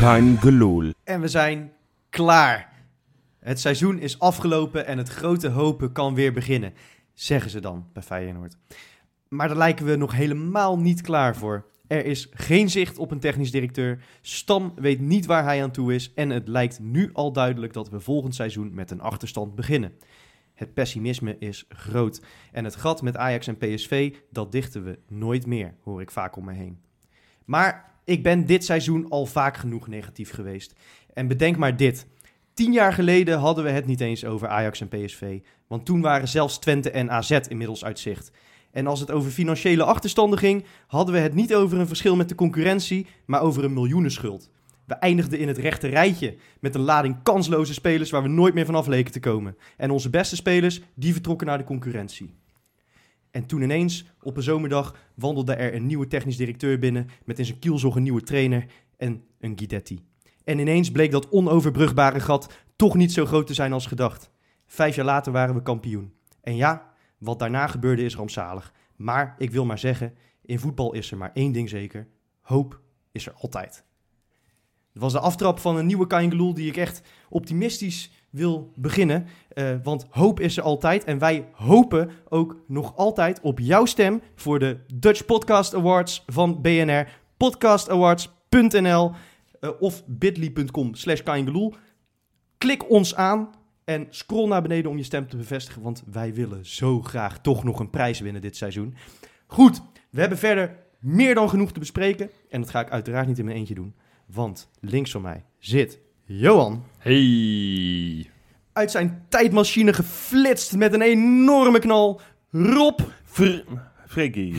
Kein gelul. En we zijn klaar. Het seizoen is afgelopen en het grote hopen kan weer beginnen. Zeggen ze dan bij Feyenoord. Maar daar lijken we nog helemaal niet klaar voor. Er is geen zicht op een technisch directeur. Stam weet niet waar hij aan toe is. En het lijkt nu al duidelijk dat we volgend seizoen met een achterstand beginnen. Het pessimisme is groot. En het gat met Ajax en PSV, dat dichten we nooit meer, hoor ik vaak om me heen. Maar ik ben dit seizoen al vaak genoeg negatief geweest. En bedenk maar dit. 10 jaar geleden hadden we het niet eens over Ajax en PSV. Want toen waren zelfs Twente en AZ inmiddels uit zicht. En als het over financiële achterstanden ging, hadden we het niet over een verschil met de concurrentie, maar over een miljoenenschuld. We eindigden in het rechte rijtje met een lading kansloze spelers waar we nooit meer vanaf leken te komen. En onze beste spelers, die vertrokken naar de concurrentie. En toen ineens, op een zomerdag, wandelde er een nieuwe technisch directeur binnen met in zijn kielzog een nieuwe trainer en een Guidetti. En ineens bleek dat onoverbrugbare gat toch niet zo groot te zijn als gedacht. 5 jaar later waren we kampioen. En ja, wat daarna gebeurde is rampzalig. Maar ik wil maar zeggen, in voetbal is er maar één ding zeker. Hoop is er altijd. Het was de aftrap van een nieuwe Kein Gelul die ik echt optimistisch wil beginnen. Want hoop is er altijd. En wij hopen ook nog altijd op jouw stem voor de Dutch Podcast Awards van BNR. Podcastawards.nl of bit.ly.com/Kein-Gelul. Klik ons aan en scroll naar beneden om je stem te bevestigen. Want wij willen zo graag toch nog een prijs winnen dit seizoen. Goed, we hebben verder meer dan genoeg te bespreken. En dat ga ik uiteraard niet in mijn eentje doen. Want links van mij zit Johan. Hey. Uit zijn tijdmachine geflitst met een enorme knal. Rob. Freekie.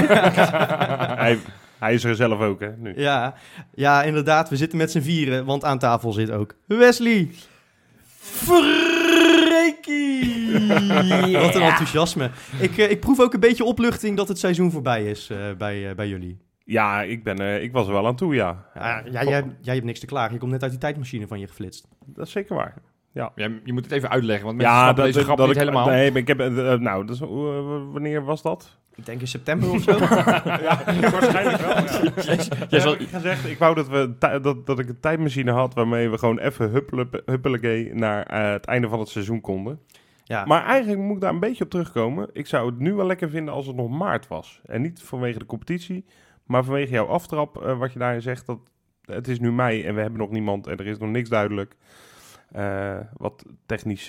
Hij is er zelf ook, hè? Nu. Ja, inderdaad. We zitten met z'n vieren, want aan tafel zit ook Wesley. Freekie. Wat een enthousiasme. Ik proef ook een beetje opluchting dat het seizoen voorbij is bij jullie. Ja, ik was er wel aan toe, ja. Jij hebt niks te klagen. Je komt net uit die tijdmachine van je geflitst. Dat is zeker waar. Ja, je moet het even uitleggen, want mensen snappen deze grap niet helemaal. Nee, maar ik heb... dus, wanneer was dat? Ik denk in september of zo. Ja, waarschijnlijk wel. Ik wou dat ik een tijdmachine had waarmee we gewoon even huppelekee naar het einde van het seizoen konden. Ja. Maar eigenlijk moet ik daar een beetje op terugkomen. Ik zou het nu wel lekker vinden als het nog maart was. En niet vanwege de competitie, maar vanwege jouw aftrap, wat je daarin zegt. Dat het is nu mei en we hebben nog niemand en er is nog niks duidelijk. Wat technisch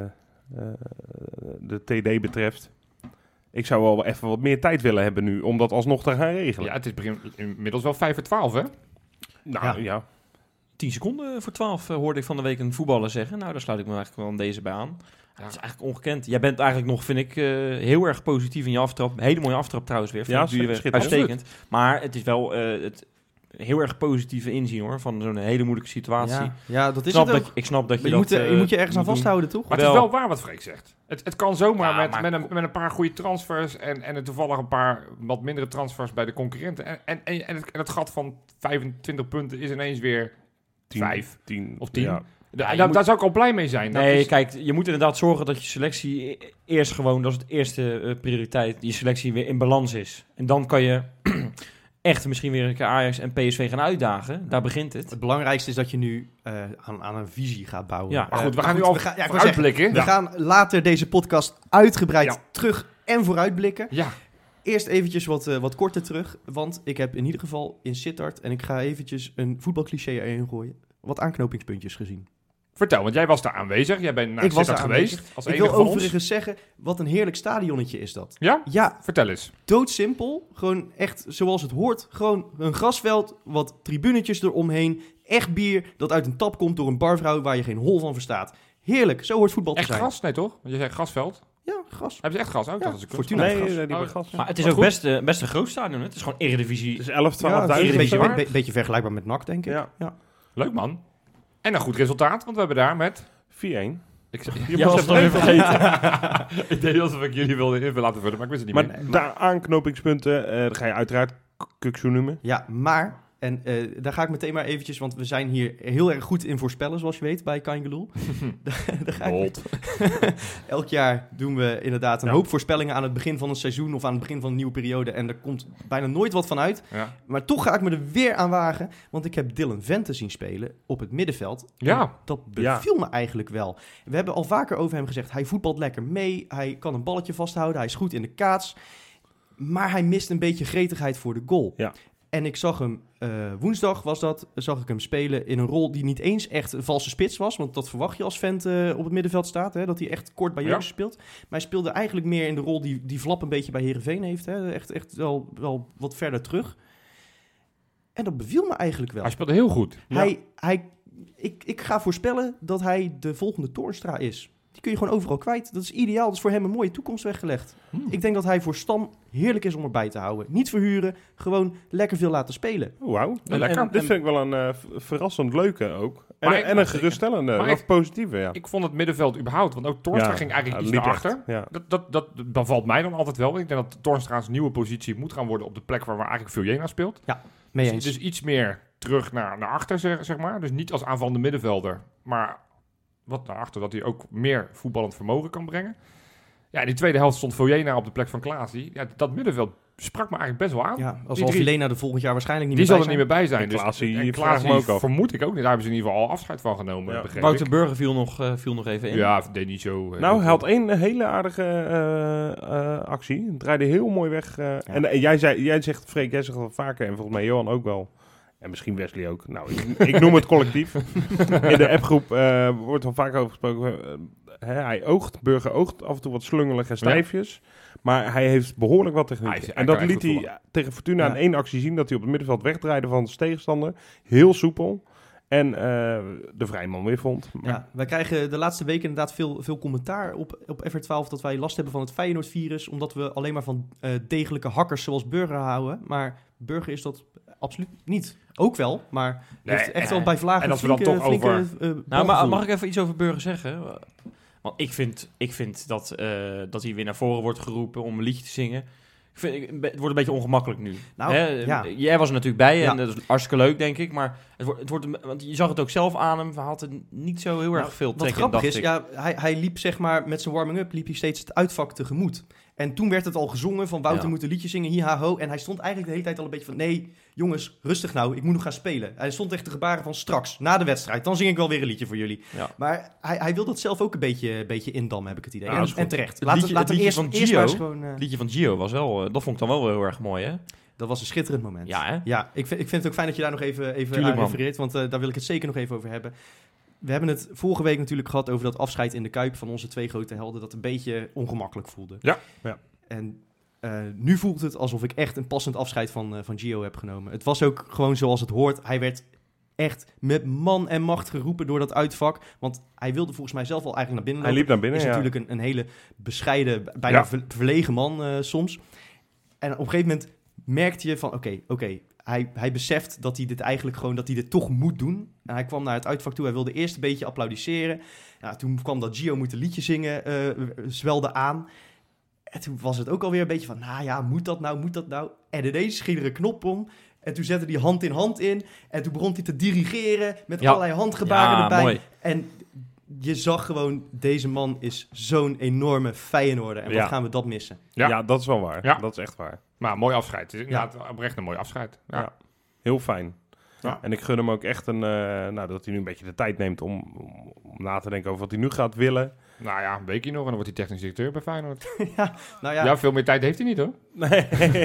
de TD betreft. Ik zou wel even wat meer tijd willen hebben nu om dat alsnog te gaan regelen. Ja, het is inmiddels wel 5:12, hè? Nou, ja. 10 seconden voor 12 hoorde ik van de week een voetballer zeggen. Nou, daar sluit ik me eigenlijk wel aan deze bij aan. Ja, dat is eigenlijk ongekend. Jij bent eigenlijk nog, vind ik, heel erg positief in je aftrap. Een hele mooie aftrap trouwens weer. Ja, uitstekend. Maar het is wel het heel erg positieve inzien, hoor. Van zo'n hele moeilijke situatie. Ja, dat is het ook. Ik snap dat je je moet je ergens aan vasthouden, toch? Maar het is wel waar wat Freek zegt. Het kan zomaar met een paar goede transfers en toevallig een paar wat mindere transfers bij de concurrenten. En het gat van 25 punten is ineens weer 10 of 10. Ja. Daar zou ik al blij mee zijn. Kijk, je moet inderdaad zorgen dat je selectie eerst gewoon, dat is het eerste prioriteit, die selectie weer in balans is. En dan kan je echt misschien weer een keer Ajax en PSV gaan uitdagen. Daar begint het. Het belangrijkste is dat je nu aan een visie gaat bouwen. Ja, maar goed, we gaan nu al uitblikken. We gaan later deze podcast uitgebreid terug en vooruitblikken. Ja. Eerst eventjes wat korter terug, want ik heb in ieder geval in Sittard, en ik ga eventjes een voetbalcliché erin gooien, wat aanknopingspuntjes gezien. Vertel, want jij was daar aanwezig. Jij bent naar Sittard geweest. Ik wil overigens zeggen, wat een heerlijk stadionnetje is dat. Ja? Ja. Vertel eens. Doodsimpel. Gewoon echt zoals het hoort. Gewoon een grasveld, wat tribunetjes eromheen. Echt bier dat uit een tap komt door een barvrouw waar je geen hol van verstaat. Heerlijk, zo hoort voetbal te zijn. Echt gras? Nee, toch? Want je zei grasveld. Ja, gras. Hebben ze echt gras? Ook dat Fortuna gras. Maar het is ook best een groot stadion. Het is gewoon Eredivisie. Het is 11.000, 12.000. Een beetje vergelijkbaar met NAC, denk ik. Ja. Leuk, man. En een goed resultaat, want we hebben daar met 4-1. Je was het nog even vergeten. Ik deed alsof ik jullie wilde even laten vullen, maar ik wist het niet meer. Maar daar aanknopingspunten, dan ga je uiteraard Kukçu noemen. Ja, maar En daar ga ik meteen maar eventjes, want we zijn hier heel erg goed in voorspellen, zoals je weet, bij Kangeloel. Elk jaar doen we inderdaad een hoop voorspellingen aan het begin van een seizoen of aan het begin van een nieuwe periode. En er komt bijna nooit wat van uit. Ja. Maar toch ga ik me er weer aan wagen, want ik heb Dylan Vente zien spelen op het middenveld. Ja. Dat beviel me eigenlijk wel. We hebben al vaker over hem gezegd, hij voetbalt lekker mee, hij kan een balletje vasthouden, hij is goed in de kaats. Maar hij mist een beetje gretigheid voor de goal. Ja. En ik zag hem, woensdag zag ik hem spelen in een rol die niet eens echt een valse spits was. Want dat verwacht je als vent op het middenveld staat, hè, dat hij echt kort bij Jurgen speelt. Maar hij speelde eigenlijk meer in de rol die Vlap een beetje bij Heerenveen heeft. Hè. Echt wel wat verder terug. En dat beviel me eigenlijk wel. Hij speelde heel goed. Ja. Ik ga voorspellen dat hij de volgende Toornstra is. Die kun je gewoon overal kwijt. Dat is ideaal. Dat is voor hem een mooie toekomst weggelegd. Ik denk dat hij voor Stam heerlijk is om erbij te houden. Niet verhuren, gewoon lekker veel laten spelen. Wauw, dit vind ik wel een verrassend leuke ook. En een geruststellende, of positieve, ja. Ik vond het middenveld überhaupt, want ook Toornstra ging eigenlijk iets naar achter. Ja. Dat bevalt mij dan altijd wel. Ik denk dat Toornstra's nieuwe positie moet gaan worden op de plek waar eigenlijk Viljena speelt. Ja, mee eens. Dus iets meer terug naar achter, zeg maar. Dus niet als aanvallende middenvelder, maar wat naar achter, dat hij ook meer voetballend vermogen kan brengen. Ja, in die tweede helft stond Viljena op de plek van Klaasie. Ja, dat middenveld sprak me eigenlijk best wel aan. Ja, als Viljena er volgend jaar waarschijnlijk niet meer bij zijn. Die zal er niet meer bij zijn. En Klaasie vermoed ik ook niet. Daar hebben ze in ieder geval al afscheid van genomen. Ja. Wouter Burger viel nog even in. Ja, deed niet zo. Hij had één hele aardige actie. Draaide heel mooi weg. En jij zegt, Freek, jij zegt dat vaker. En volgens mij Johan ook wel. En misschien Wesley ook. Nou, ik noem het collectief. In de appgroep wordt al vaak over gesproken. Burger oogt af en toe wat slungelig en stijfjes. Ja. Maar hij heeft behoorlijk wat techniek. En dat liet hij tegen Fortuna in één actie zien. Dat hij op het middenveld wegdraaide van zijn tegenstander. Heel soepel. En de vrijman weer vond. Ja, wij krijgen de laatste weken inderdaad veel commentaar op FR12... dat wij last hebben van het Feyenoord-virus... omdat we alleen maar van degelijke hakkers zoals Burger houden. Maar Burger is dat absoluut niet. Ook wel, maar heeft echt wel bij vlagen en als we dan toch over... maar mag ik even iets over Burger zeggen? Want ik vind dat hij weer naar voren wordt geroepen om een liedje te zingen. Het wordt een beetje ongemakkelijk nu. Nou, jij was er natuurlijk bij en dat is hartstikke leuk, denk ik. Maar het wordt want je zag het ook zelf aan hem. Hij had er niet zo heel erg veel trek in, dacht ik. Wat grappig is, hij liep zeg maar met zijn warming-up liep hij steeds het uitvak tegemoet. En toen werd het al gezongen van Wouter moet een liedje zingen, hi ha ho. En hij stond eigenlijk de hele tijd al een beetje van, nee jongens, rustig nou, ik moet nog gaan spelen. Hij stond echt de gebaren van straks, na de wedstrijd, dan zing ik wel weer een liedje voor jullie. Ja. Maar hij wil dat zelf ook een beetje indammen, heb ik het idee. En terecht. Het liedje van Gio was wel, dat vond ik dan wel heel erg mooi, hè? Dat was een schitterend moment. Ja, hè? Ja, ik vind het ook fijn dat je daar nog even aan refereert, want daar wil ik het zeker nog even over hebben. We hebben het vorige week natuurlijk gehad over dat afscheid in de Kuip van onze twee grote helden, dat een beetje ongemakkelijk voelde. Ja. En nu voelt het alsof ik echt een passend afscheid van Gio heb genomen. Het was ook gewoon zoals het hoort. Hij werd echt met man en macht geroepen door dat uitvak. Want hij wilde volgens mij zelf al eigenlijk naar binnen lopen. Hij liep naar binnen, is natuurlijk een hele bescheiden, bijna verlegen man soms. En op een gegeven moment merkte je van oké. Hij beseft dat hij dit eigenlijk gewoon, dat hij dit toch moet doen. En hij kwam naar het uitvak toe. Hij wilde eerst een beetje applaudisseren. Ja, toen kwam dat Gio moet een liedje zingen, zwelde aan. En toen was het ook alweer een beetje van, moet dat nou? En ineens ging er een knop om. En toen zette hij hand in hand in. En toen begon hij te dirigeren met allerlei handgebaren erbij. Mooi. En je zag gewoon, deze man is zo'n enorme Feyenoorder. En wat gaan we dat missen? Ja, dat is wel waar. Ja. Dat is echt waar. Maar mooi afscheid. Het is inderdaad oprecht een mooi afscheid. Ja. Heel fijn. Ja. En ik gun hem ook echt dat hij nu een beetje de tijd neemt om na te denken over wat hij nu gaat willen. Nou ja, een weekje nog en dan wordt hij technisch directeur bij Feyenoord. Ja, veel meer tijd heeft hij niet, hoor. Nee,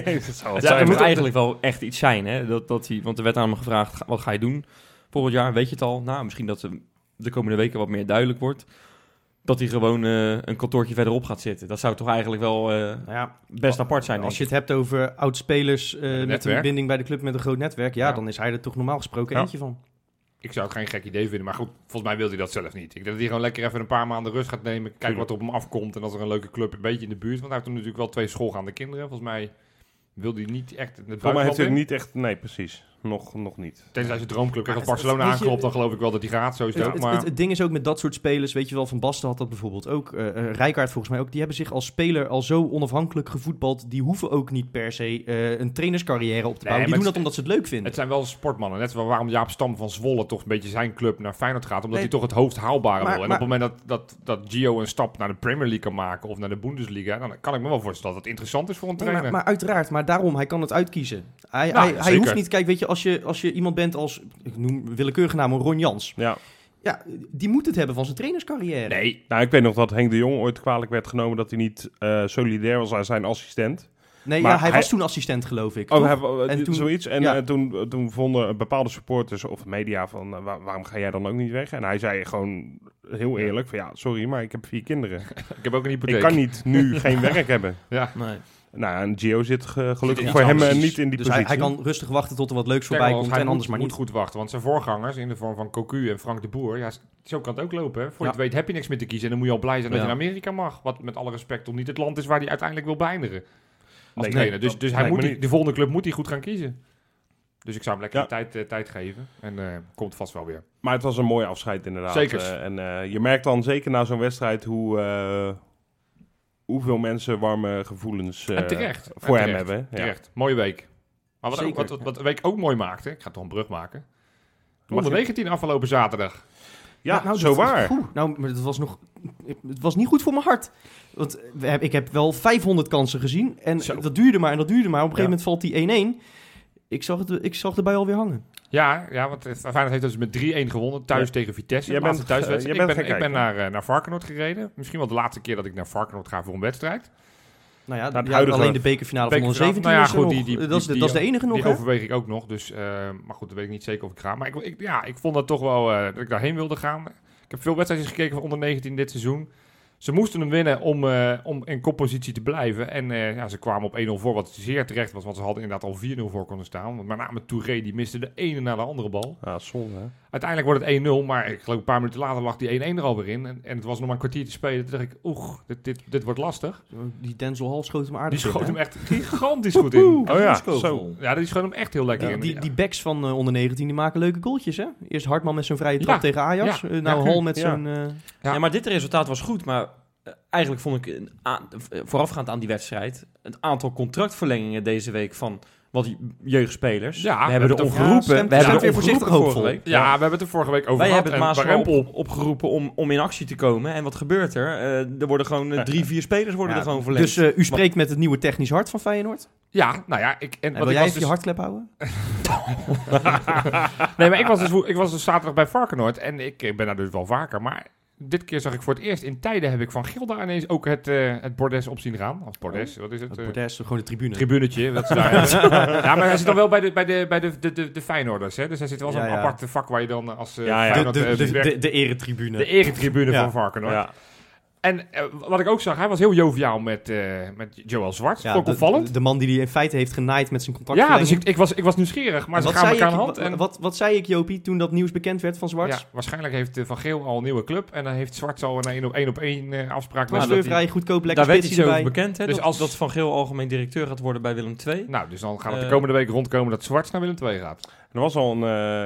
het moet eigenlijk wel echt iets zijn, hè? Dat hij, want er werd aan hem gevraagd, wat ga je doen volgend jaar? Weet je het al? Nou, misschien dat de komende weken wat meer duidelijk wordt. Dat hij gewoon een kantoortje verderop gaat zitten. Dat zou toch eigenlijk wel best apart zijn. Als je het hebt over oud-spelers met een binding bij de club met een groot netwerk, dan is hij er toch normaal gesproken eentje van. Ik zou het geen gek idee vinden, maar goed, volgens mij wil hij dat zelf niet. Ik denk dat hij gewoon lekker even een paar maanden rust gaat nemen, kijken wat er op hem afkomt en als er een leuke club een beetje in de buurt, want hij heeft natuurlijk wel 2 schoolgaande kinderen. Volgens mij wil hij niet echt... Volgens mij heeft hij niet echt... Nee, precies. nog niet. Tenzij ze droomclub krijgt. Als Barcelona aanklopt, dan geloof ik wel dat die gaat. Sowieso. Het ding is ook met dat soort spelers, weet je wel, Van Basten had dat bijvoorbeeld ook. Rijkaard volgens mij ook. Die hebben zich als speler al zo onafhankelijk gevoetbald. Die hoeven ook niet per se een trainerscarrière op te bouwen. Die doen dat omdat ze het leuk vinden. Het zijn wel sportmannen. Net zoals waarom Jaap Stam van Zwolle toch een beetje zijn club naar Feyenoord gaat. Omdat hij toch het hoogst haalbare wil. En op het moment dat Gio een stap naar de Premier League kan maken of naar de Bundesliga, dan kan ik me wel voorstellen dat het interessant is voor een trainer. Maar uiteraard, maar daarom, hij kan het uitkiezen. Hij hoeft niet, kijk, weet je, als je iemand bent als, ik noem willekeurige naam, Ron Jans. Ja, die moet het hebben van zijn trainerscarrière. Nee, nou, ik weet nog dat Henk de Jong ooit kwalijk werd genomen dat hij niet solidair was aan zijn assistent. Nee, maar hij was toen assistent, geloof ik. Zoiets. En toen vonden bepaalde supporters of media van, waarom ga jij dan ook niet weg? En hij zei gewoon heel eerlijk van, sorry, maar ik heb 4 kinderen. Ik heb ook een hypotheek. Ik kan niet nu geen werk hebben. Ja. Nee. Nou, en Gio zit gelukkig voor hem niet in die positie. Hij kan rustig wachten tot er wat leuks voorbij komt en anders maar niet. Hij moet goed wachten, want zijn voorgangers in de vorm van Cocu en Frank de Boer, zo kan het ook lopen. Hè? Voor je het weet heb je niks meer te kiezen en dan moet je al blij zijn dat je naar Amerika mag. Wat met alle respect om niet het land is waar hij uiteindelijk wil beëindigen. Als trainer. Dus hij moet de volgende club moet hij goed gaan kiezen. Dus ik zou hem lekker tijd geven. En komt vast wel weer. Maar het was een mooi afscheid inderdaad. Zeker. En je merkt dan zeker na zo'n wedstrijd hoeveel mensen warme gevoelens voor hem hebben. Terecht. Mooie week. Maar wat de week ook mooi maakte, ik ga toch een brug maken. 119 afgelopen zaterdag. Ja, zo waar. Maar het was niet goed voor mijn hart. Want ik heb wel 500 kansen gezien. En dat duurde maar. Op een gegeven moment valt die 1-1. Ik zag erbij alweer hangen. Ja, want Feyenoord heeft dus met 3-1 gewonnen. Thuis tegen Vitesse. Ik ben naar Varkenoord gereden. Misschien wel de laatste keer dat ik naar Varkenoord ga voor een wedstrijd. Nou ja, alleen de bekerfinale van 117 nou ja, goed, dat is de enige nog. Die overweeg ik ook nog. Dus, maar goed, dat weet ik niet zeker of ik ga. Maar ik vond dat toch wel dat ik daarheen wilde gaan. Ik heb veel wedstrijdjes gekeken van onder 19 dit seizoen. Ze moesten hem winnen om in koppositie te blijven. En ze kwamen op 1-0 voor, wat zeer terecht was. Want ze hadden inderdaad al 4-0 voor kunnen staan. Want met name Touré, die miste de ene na de andere bal. Ja, zonde, hè? Uiteindelijk wordt het 1-0, maar ik geloof een paar minuten later lag die 1-1 er alweer in. En het was nog maar een kwartier te spelen. Toen dacht ik, dit wordt lastig. Die Denzel Hall schoot hem aardig in. Die schoot hem echt gigantisch goed in. Zo. Ja, die schoot hem echt heel lekker in. Die backs van onder 19, die maken leuke goaltjes, hè? Eerst Hartman met zo'n vrije trap tegen Ajax. Hall met zo'n... Ja, maar dit resultaat was goed, maar... Eigenlijk vond ik voorafgaand aan die wedstrijd een aantal contractverlengingen deze week van wat jeugdspelers. Ja, we hebben er ongeroepen. We hebben er weer voorzichtig vorige week. Ja, we hebben het er vorige week over Wij gehad. Wij hebben het Maas opgeroepen om in actie te komen. En wat gebeurt er? Er worden gewoon 3-4 spelers er gewoon verlengd. Dus u spreekt met het nieuwe technisch hart van Feyenoord? Ja, nou ja. Wil jij even je hartklep houden? Nee, maar ik was dus zaterdag bij Varkenoord. En ik ben daar dus wel vaker. Maar dit keer zag ik voor het eerst in tijden heb ik van Gilda ineens ook het bordes op zien gaan. Of bordes, wat is het? Het bordes, gewoon de tribune. Tribunetje. Dat is daar. Ja, maar hij zit dan wel bij de Feyenoorders. Hè? Dus hij zit wel zo'n aparte vak waar je dan als de eretribune. De eretribune van Varkenoord. Ja. En wat ik ook zag, hij was heel joviaal met Joël Zwart. Ja, ook opvallend. De man die in feite heeft genaaid met zijn contract. Ja, dus ik was nieuwsgierig. Maar ze gaan elkaar aan de hand. Wat zei ik, Jopie, toen dat nieuws bekend werd van Zwart? Ja, waarschijnlijk heeft Van Geel al een nieuwe club. En dan heeft Zwart al een 1-op-1 afspraak. Vrij goedkoop, lekker daar spitsie erbij. Daar werd iets over bekend, hè? Dus dat Van Geel algemeen directeur gaat worden bij Willem II. Nou, dus dan gaat het de komende week rondkomen dat Zwart naar Willem II gaat. Er was al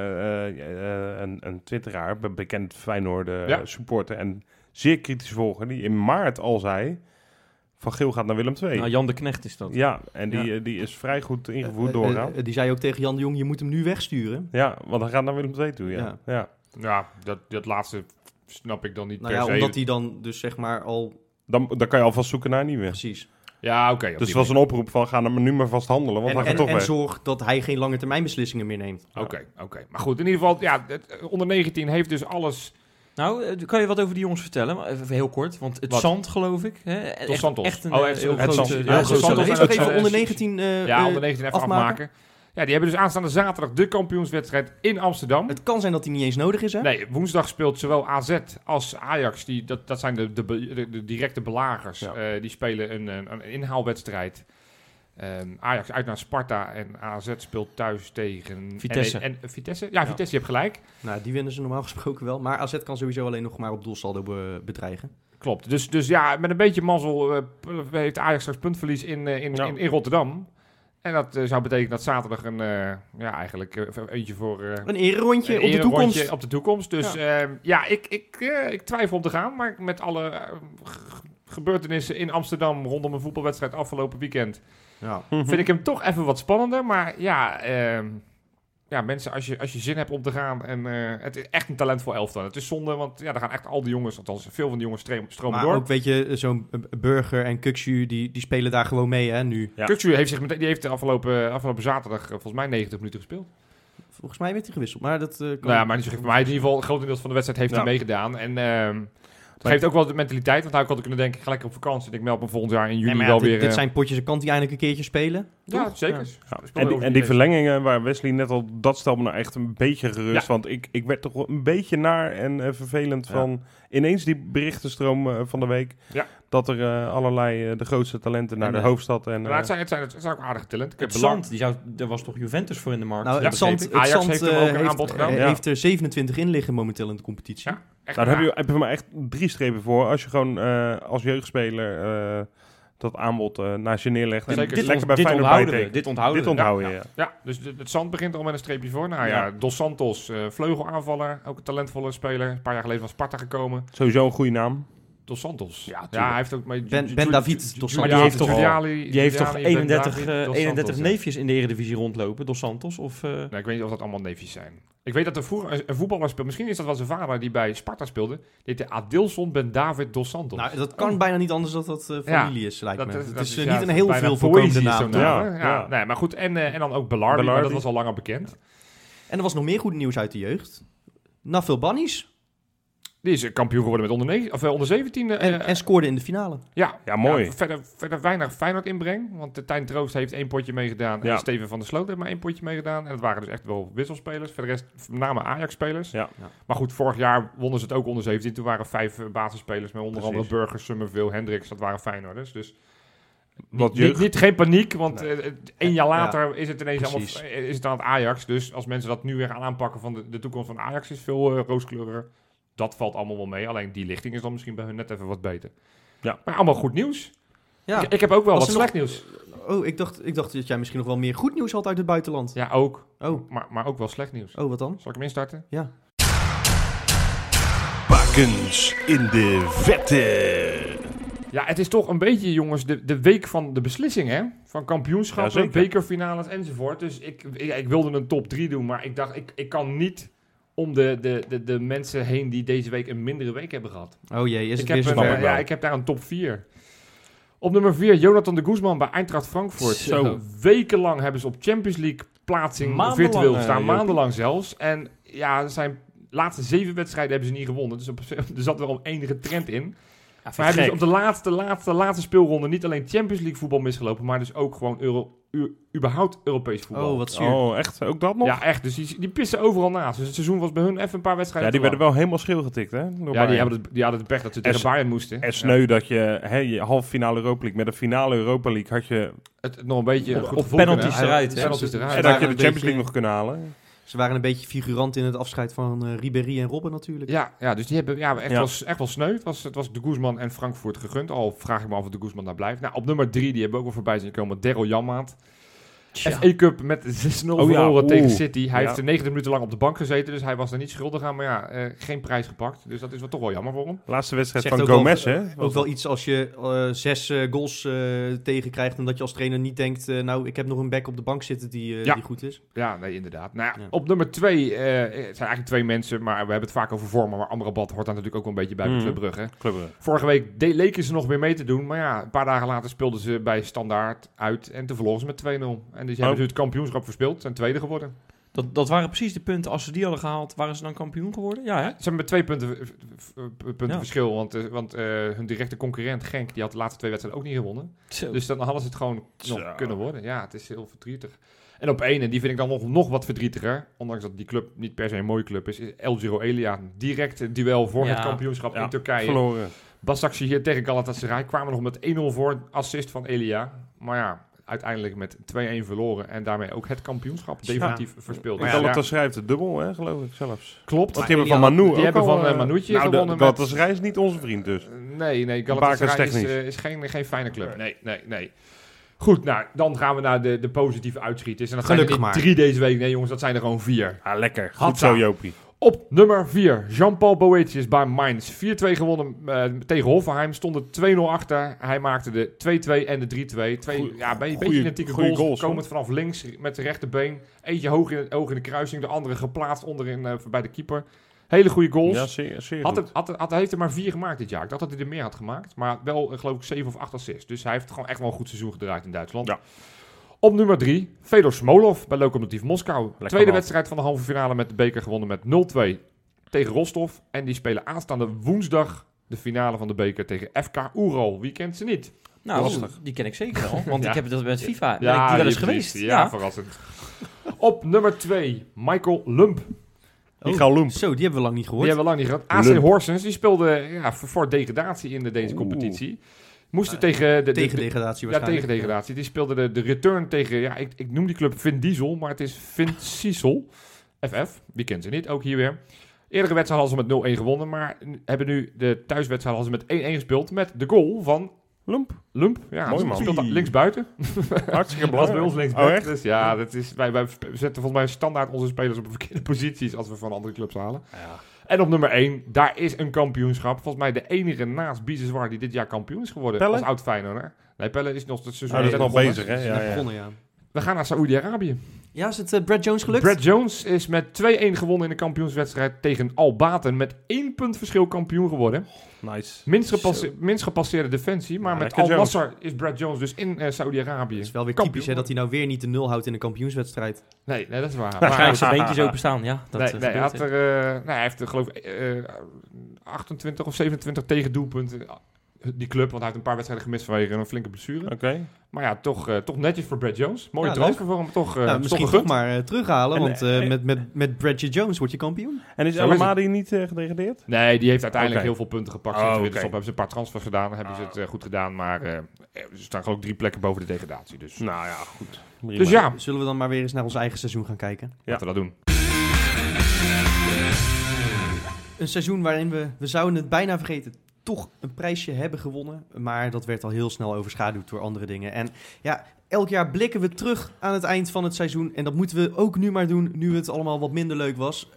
een Twitteraar, bekend Feyenoord supporter en zeer kritisch volger, die in maart al zei, Van Geel gaat naar Willem II. Nou, Jan de Knecht is dat. Ja, en die is vrij goed ingevoerd doorgaan. Die zei ook tegen Jan de Jong, je moet hem nu wegsturen. Ja, want hij gaat naar Willem II toe, Ja, dat laatste snap ik dan niet per se. Omdat hij dan dus zeg maar al... Dan kan je alvast zoeken naar een nieuwe. Precies. Ja, oké. Dus het was een oproep van, ga nu maar vast handelen, want hij gaat toch weg. En zorg dat hij geen lange termijn beslissingen meer neemt. Oké. Maar goed, in ieder geval, onder 19 heeft dus alles... Nou, kan je wat over die jongens vertellen? Maar even heel kort, want het Zand, geloof ik. Hè? Santos. Echt een heel groot. Even onder 19 onder 19 even afmaken. Ja, die hebben dus aanstaande zaterdag de kampioenswedstrijd in Amsterdam. Het kan zijn dat die niet eens nodig is, hè? Nee, woensdag speelt zowel AZ als Ajax. Dat zijn de directe belagers. Ja. Die spelen een inhaalwedstrijd. Ajax uit naar Sparta en AZ speelt thuis tegen Vitesse. En Vitesse? Ja, Vitesse, je hebt gelijk. Nou, die winnen ze normaal gesproken wel. Maar AZ kan sowieso alleen nog maar op doelsaldo bedreigen. Klopt. Dus ja, met een beetje mazzel heeft Ajax straks puntverlies in Rotterdam. En dat zou betekenen dat zaterdag eigenlijk eentje voor... een ererondje op de toekomst. Op de toekomst. Dus ik twijfel om te gaan. Maar met alle gebeurtenissen in Amsterdam rondom een voetbalwedstrijd afgelopen weekend... vind ik hem toch even wat spannender. Maar mensen, als je zin hebt om te gaan... en het is echt een talentvol elftal. Het is zonde, want daar gaan echt al die jongens... althans veel van die jongens stromen maar door. Maar ook, weet je, zo'n Burger en Kukçu, die spelen daar gewoon mee, hè, nu. Ja. Kukçu heeft de afgelopen zaterdag volgens mij 90 minuten gespeeld. Volgens mij werd hij gewisseld, maar dat... maar niet zo gek. Maar in ieder geval, een groot deel van de wedstrijd heeft hij meegedaan. En... Het geeft ook wel de mentaliteit, want hij had kunnen denken, ik ga lekker op vakantie en ik meld me volgend jaar in juli wel weer... Dit zijn potjes, dan kan hij eindelijk een keertje spelen. Ja, toch? Zeker. Ja. En die verlengingen waar Wesley net al, dat stelt me nou echt een beetje gerust. Want ik werd toch een beetje naar en vervelend van ineens die berichtenstroom van de week. Ja. Dat er allerlei de grootste talenten naar de hoofdstad. En, het zijn ook aardige talenten. Het Zand, er was toch Juventus voor in de markt? Nou, het Zand heeft hem ook een aanbod gedaan. Heeft er 27 in liggen momenteel in de competitie. Ja. Daar heb je maar echt 3 strepen voor. Als je gewoon als jeugdspeler dat aanbod naast je neerlegt. En dit onthouden. Ja, dus het Zand begint al met een streepje voor. Nou ja, Dos Santos, vleugelaanvaller. Ook een talentvolle speler. Een paar jaar geleden van Sparta gekomen. Sowieso een goede naam. Dos Santos. Ja, hij heeft ook... Ben David Dos Santos. Die heeft toch 31 neefjes in de Eredivisie rondlopen, Dos Santos? Of, ik weet niet of dat allemaal neefjes zijn. Ik weet dat er vroeger een voetballer speelde. Misschien is dat wel zijn vader die bij Sparta speelde. Die heette Adilson Ben David Dos Santos. Nou, dat kan bijna niet anders dan dat familie is, lijkt me. Het is niet een heel veel voorkomende naam. Nee, maar goed. En dan ook Belardi, maar dat was al langer bekend. En er was nog meer goed nieuws uit de jeugd. Nafil Bannis. Die is kampioen geworden met onder 17. En scoorde in de finale. Ja, mooi. Ja, verder weinig Feyenoord inbreng. Want Tijn Troost heeft 1 potje meegedaan. En Steven van der Sloot heeft maar 1 potje meegedaan. En dat waren dus echt wel wisselspelers. Voor de rest met name Ajax-spelers. Ja. Maar goed, vorig jaar wonnen ze het ook onder 17. Toen waren 5 basisspelers met onder andere Burgers, Summerville, Hendricks. Dat waren Feyenoorders. Dus geen paniek, want 1 jaar later is het ineens allemaal, is het aan het Ajax. Dus als mensen dat nu weer gaan aanpakken van de toekomst van Ajax is veel rooskleuriger. Dat valt allemaal wel mee. Alleen die lichting is dan misschien bij hun net even wat beter. Ja. Maar allemaal goed nieuws. Ja. Ik heb ook wel wat slecht nieuws. Oh, ik dacht dat jij misschien nog wel meer goed nieuws had uit het buitenland. Ja, ook. Oh. Maar ook wel slecht nieuws. Oh, wat dan? Zal ik hem instarten? Ja. Bakens in de vette. Ja, het is toch een beetje, jongens, de week van de beslissing, hè? Van kampioenschappen, bekerfinales enzovoort. Dus ik wilde een top 3 doen, maar ik dacht, ik kan niet... om de mensen heen die deze week een mindere week hebben gehad. Oh jee, is het weer zo? Ik heb daar een top 4. Op nummer 4, Jonathan de Guzman bij Eintracht Frankfurt. Zo. Wekenlang hebben ze op Champions League plaatsing virtueel gestaan. Maandenlang zelfs. En zijn laatste 7 wedstrijden hebben ze niet gewonnen. Dus er zat wel een enige trend in. Ja, maar hebben ze op de laatste speelronde niet alleen Champions League voetbal misgelopen, maar dus ook gewoon überhaupt Europees voetbal. Oh, wat zuur. Oh, echt? Ook dat nog? Ja, echt. Dus die pissen overal naast. Dus het seizoen was bij hun even een paar wedstrijden. Ja, die werden wel helemaal schil getikt, hè? Die hadden de pech dat ze tegen Bayern moesten. En sneu dat je halve finale Europa League met een finale Europa League had je... Het nog een beetje op penalties eruit. En dat je de Champions League nog kunnen halen. Ze waren een beetje figurant in het afscheid van Ribéry en Robben natuurlijk. Ja, dus die hebben echt wel sneu. Het was de Guzman en Frankfurt gegund. Al vraag ik me af of de Guzman daar blijft. Nou, op nummer 3, die hebben we ook wel voorbij zien komen. Daryl Janmaat. FA Cup met 6-0 verloren tegen City. Hij heeft 90 minuten lang op de bank gezeten, dus hij was er niet schuldig aan. Maar geen prijs gepakt. Dus dat is wel toch wel jammer voor hem. Laatste wedstrijd van Gomez, hè? Ook wel iets als je 6 goals tegenkrijgt en dat je als trainer niet denkt, ik heb nog een back op de bank zitten die goed is. Ja, nee, inderdaad. Nou, op nummer 2 het zijn eigenlijk 2 mensen, maar we hebben het vaak over vormen. Maar Amrabat hoort daar natuurlijk ook wel een beetje bij Club Brugge. Vorige week leken ze nog weer mee te doen, maar een paar dagen later speelden ze bij Standaard uit en toen verloren ze met 2-0. En dus hebben ze het kampioenschap verspeeld en tweede geworden. Dat waren precies de punten. Als ze die hadden gehaald, waren ze dan kampioen geworden? Ja, hè? Ze hebben met 2 punten verschil. Want hun directe concurrent Genk, die had de laatste 2 wedstrijden ook niet gewonnen. Zo. Dus dan hadden ze het gewoon nog kunnen worden. Ja, het is heel verdrietig. En op 1, en die vind ik dan nog wat verdrietiger, ondanks dat die club niet per se een mooie club is El Giro-Elia. Direct het duel voor het kampioenschap in Turkije. Verloren. Basaksehir hier tegen Galatasaray kwamen nog met 1-0 voor, assist van Elia. Maar ja, uiteindelijk met 2-1 verloren en daarmee ook het kampioenschap definitief verspeeld. Galatasaray heeft het dubbel, hè, geloof ik zelfs. Klopt. Want die hebben van Manu die hebben van Manu'tje gewonnen. Galatasaray is niet onze vriend dus. Nee, Galatasaray is geen fijne club. Nee. Goed, nou, dan gaan we naar de positieve uitschieters. En dat zijn er niet 3 deze week. Nee, jongens, dat zijn er gewoon 4. Ah, lekker. Goed zo, Jopie. Op nummer 4, Jean-Paul Boetius bij Mainz. 4-2 gewonnen tegen Hoffenheim. Stond er 2-0 achter. Hij maakte de 2-2 en de 3-2. Een beetje identieke goals. Komend vanaf links met de rechterbeen. Eentje hoog in de kruising. De andere geplaatst onderin bij de keeper. Hele goede goals. Ja, zeer goed. Hij heeft er maar 4 gemaakt dit jaar. Ik dacht dat hij er meer had gemaakt. Maar wel, geloof ik, 7 of 8 assists. Dus hij heeft gewoon echt wel een goed seizoen gedraaid in Duitsland. Ja. Op nummer 3, Fedor Smolov bij Lokomotiv Moskou. Tweede wedstrijd van de halve finale met de beker gewonnen met 0-2 tegen Rostov. En die spelen aanstaande woensdag de finale van de beker tegen FK Ural. Wie kent ze niet? Nou, die ken ik zeker wel. Want ik heb het met FIFA. Ja, die wel eens geweest. Ja, verrassend. Op nummer 2, Michael Lump. Zo, die hebben we lang niet gehoord. AC Horsens, die speelde voor degradatie in deze competitie. Moesten tegen degradatie waarschijnlijk. Ja, tegen degradatie. Die speelde de return tegen, ik noem die club Vin Diesel, maar het is Vin Diesel. FF, wie kent ze niet, ook hier weer. Eerdere wedstrijd hadden ze met 0-1 gewonnen, maar hebben nu de thuiswedstrijd hadden ze met 1-1 gespeeld met de goal van Lump. Ja, mooi man. Speelt linksbuiten. Hartstikke belangrijk. Bij ons linksbuiten. Dus ja, wij zetten volgens mij standaard onze spelers op verkeerde posities als we van andere clubs halen. Ja. En op nummer 1, daar is een kampioenschap. Volgens mij de enige naast Biseswar die dit jaar kampioen is geworden. Pelle? Als oud Feyenoord. Nee, Pelle is nog het seizoen. Hij is nog bezig, hè? Ja. We gaan naar Saoedi-Arabië. Ja, is het Brad Jones gelukt? Brad Jones is met 2-1 gewonnen in de kampioenswedstrijd tegen Al Baten. Met 1 punt verschil kampioen geworden. Nice. Minst gepasseerde defensie. Maar met Al Nassr is Brad Jones dus in Saoedi-Arabië. Het is wel weer typisch dat hij nou weer niet de 0 houdt in een kampioenswedstrijd. Nee, dat is waar. Waarschijnlijk zijn beentjes openstaan, ja. Hij heeft er geloof ik 28 of 27 tegendoelpunten. Die club, want hij heeft een paar wedstrijden gemist vanwege een flinke blessure. Okay. Maar ja, toch netjes voor Brad Jones. Mooie transfer voor hem. Misschien toch maar terughalen, want met Brad Jones word je kampioen. En is Alamadi niet gedegradeerd? Nee, die heeft uiteindelijk heel veel punten gepakt. Hebben ze een paar transfers gedaan, hebben ze het goed gedaan. Maar ze staan geloof ik 3 plekken boven de degradatie. Dus. Nou ja, goed. Dus ja. Zullen we dan maar weer eens naar ons eigen seizoen gaan kijken? Laten we dat doen. Een seizoen waarin we zouden het bijna vergeten, toch een prijsje hebben gewonnen. Maar dat werd al heel snel overschaduwd door andere dingen. En ja, elk jaar blikken we terug aan het eind van het seizoen. En dat moeten we ook nu maar doen, nu het allemaal wat minder leuk was.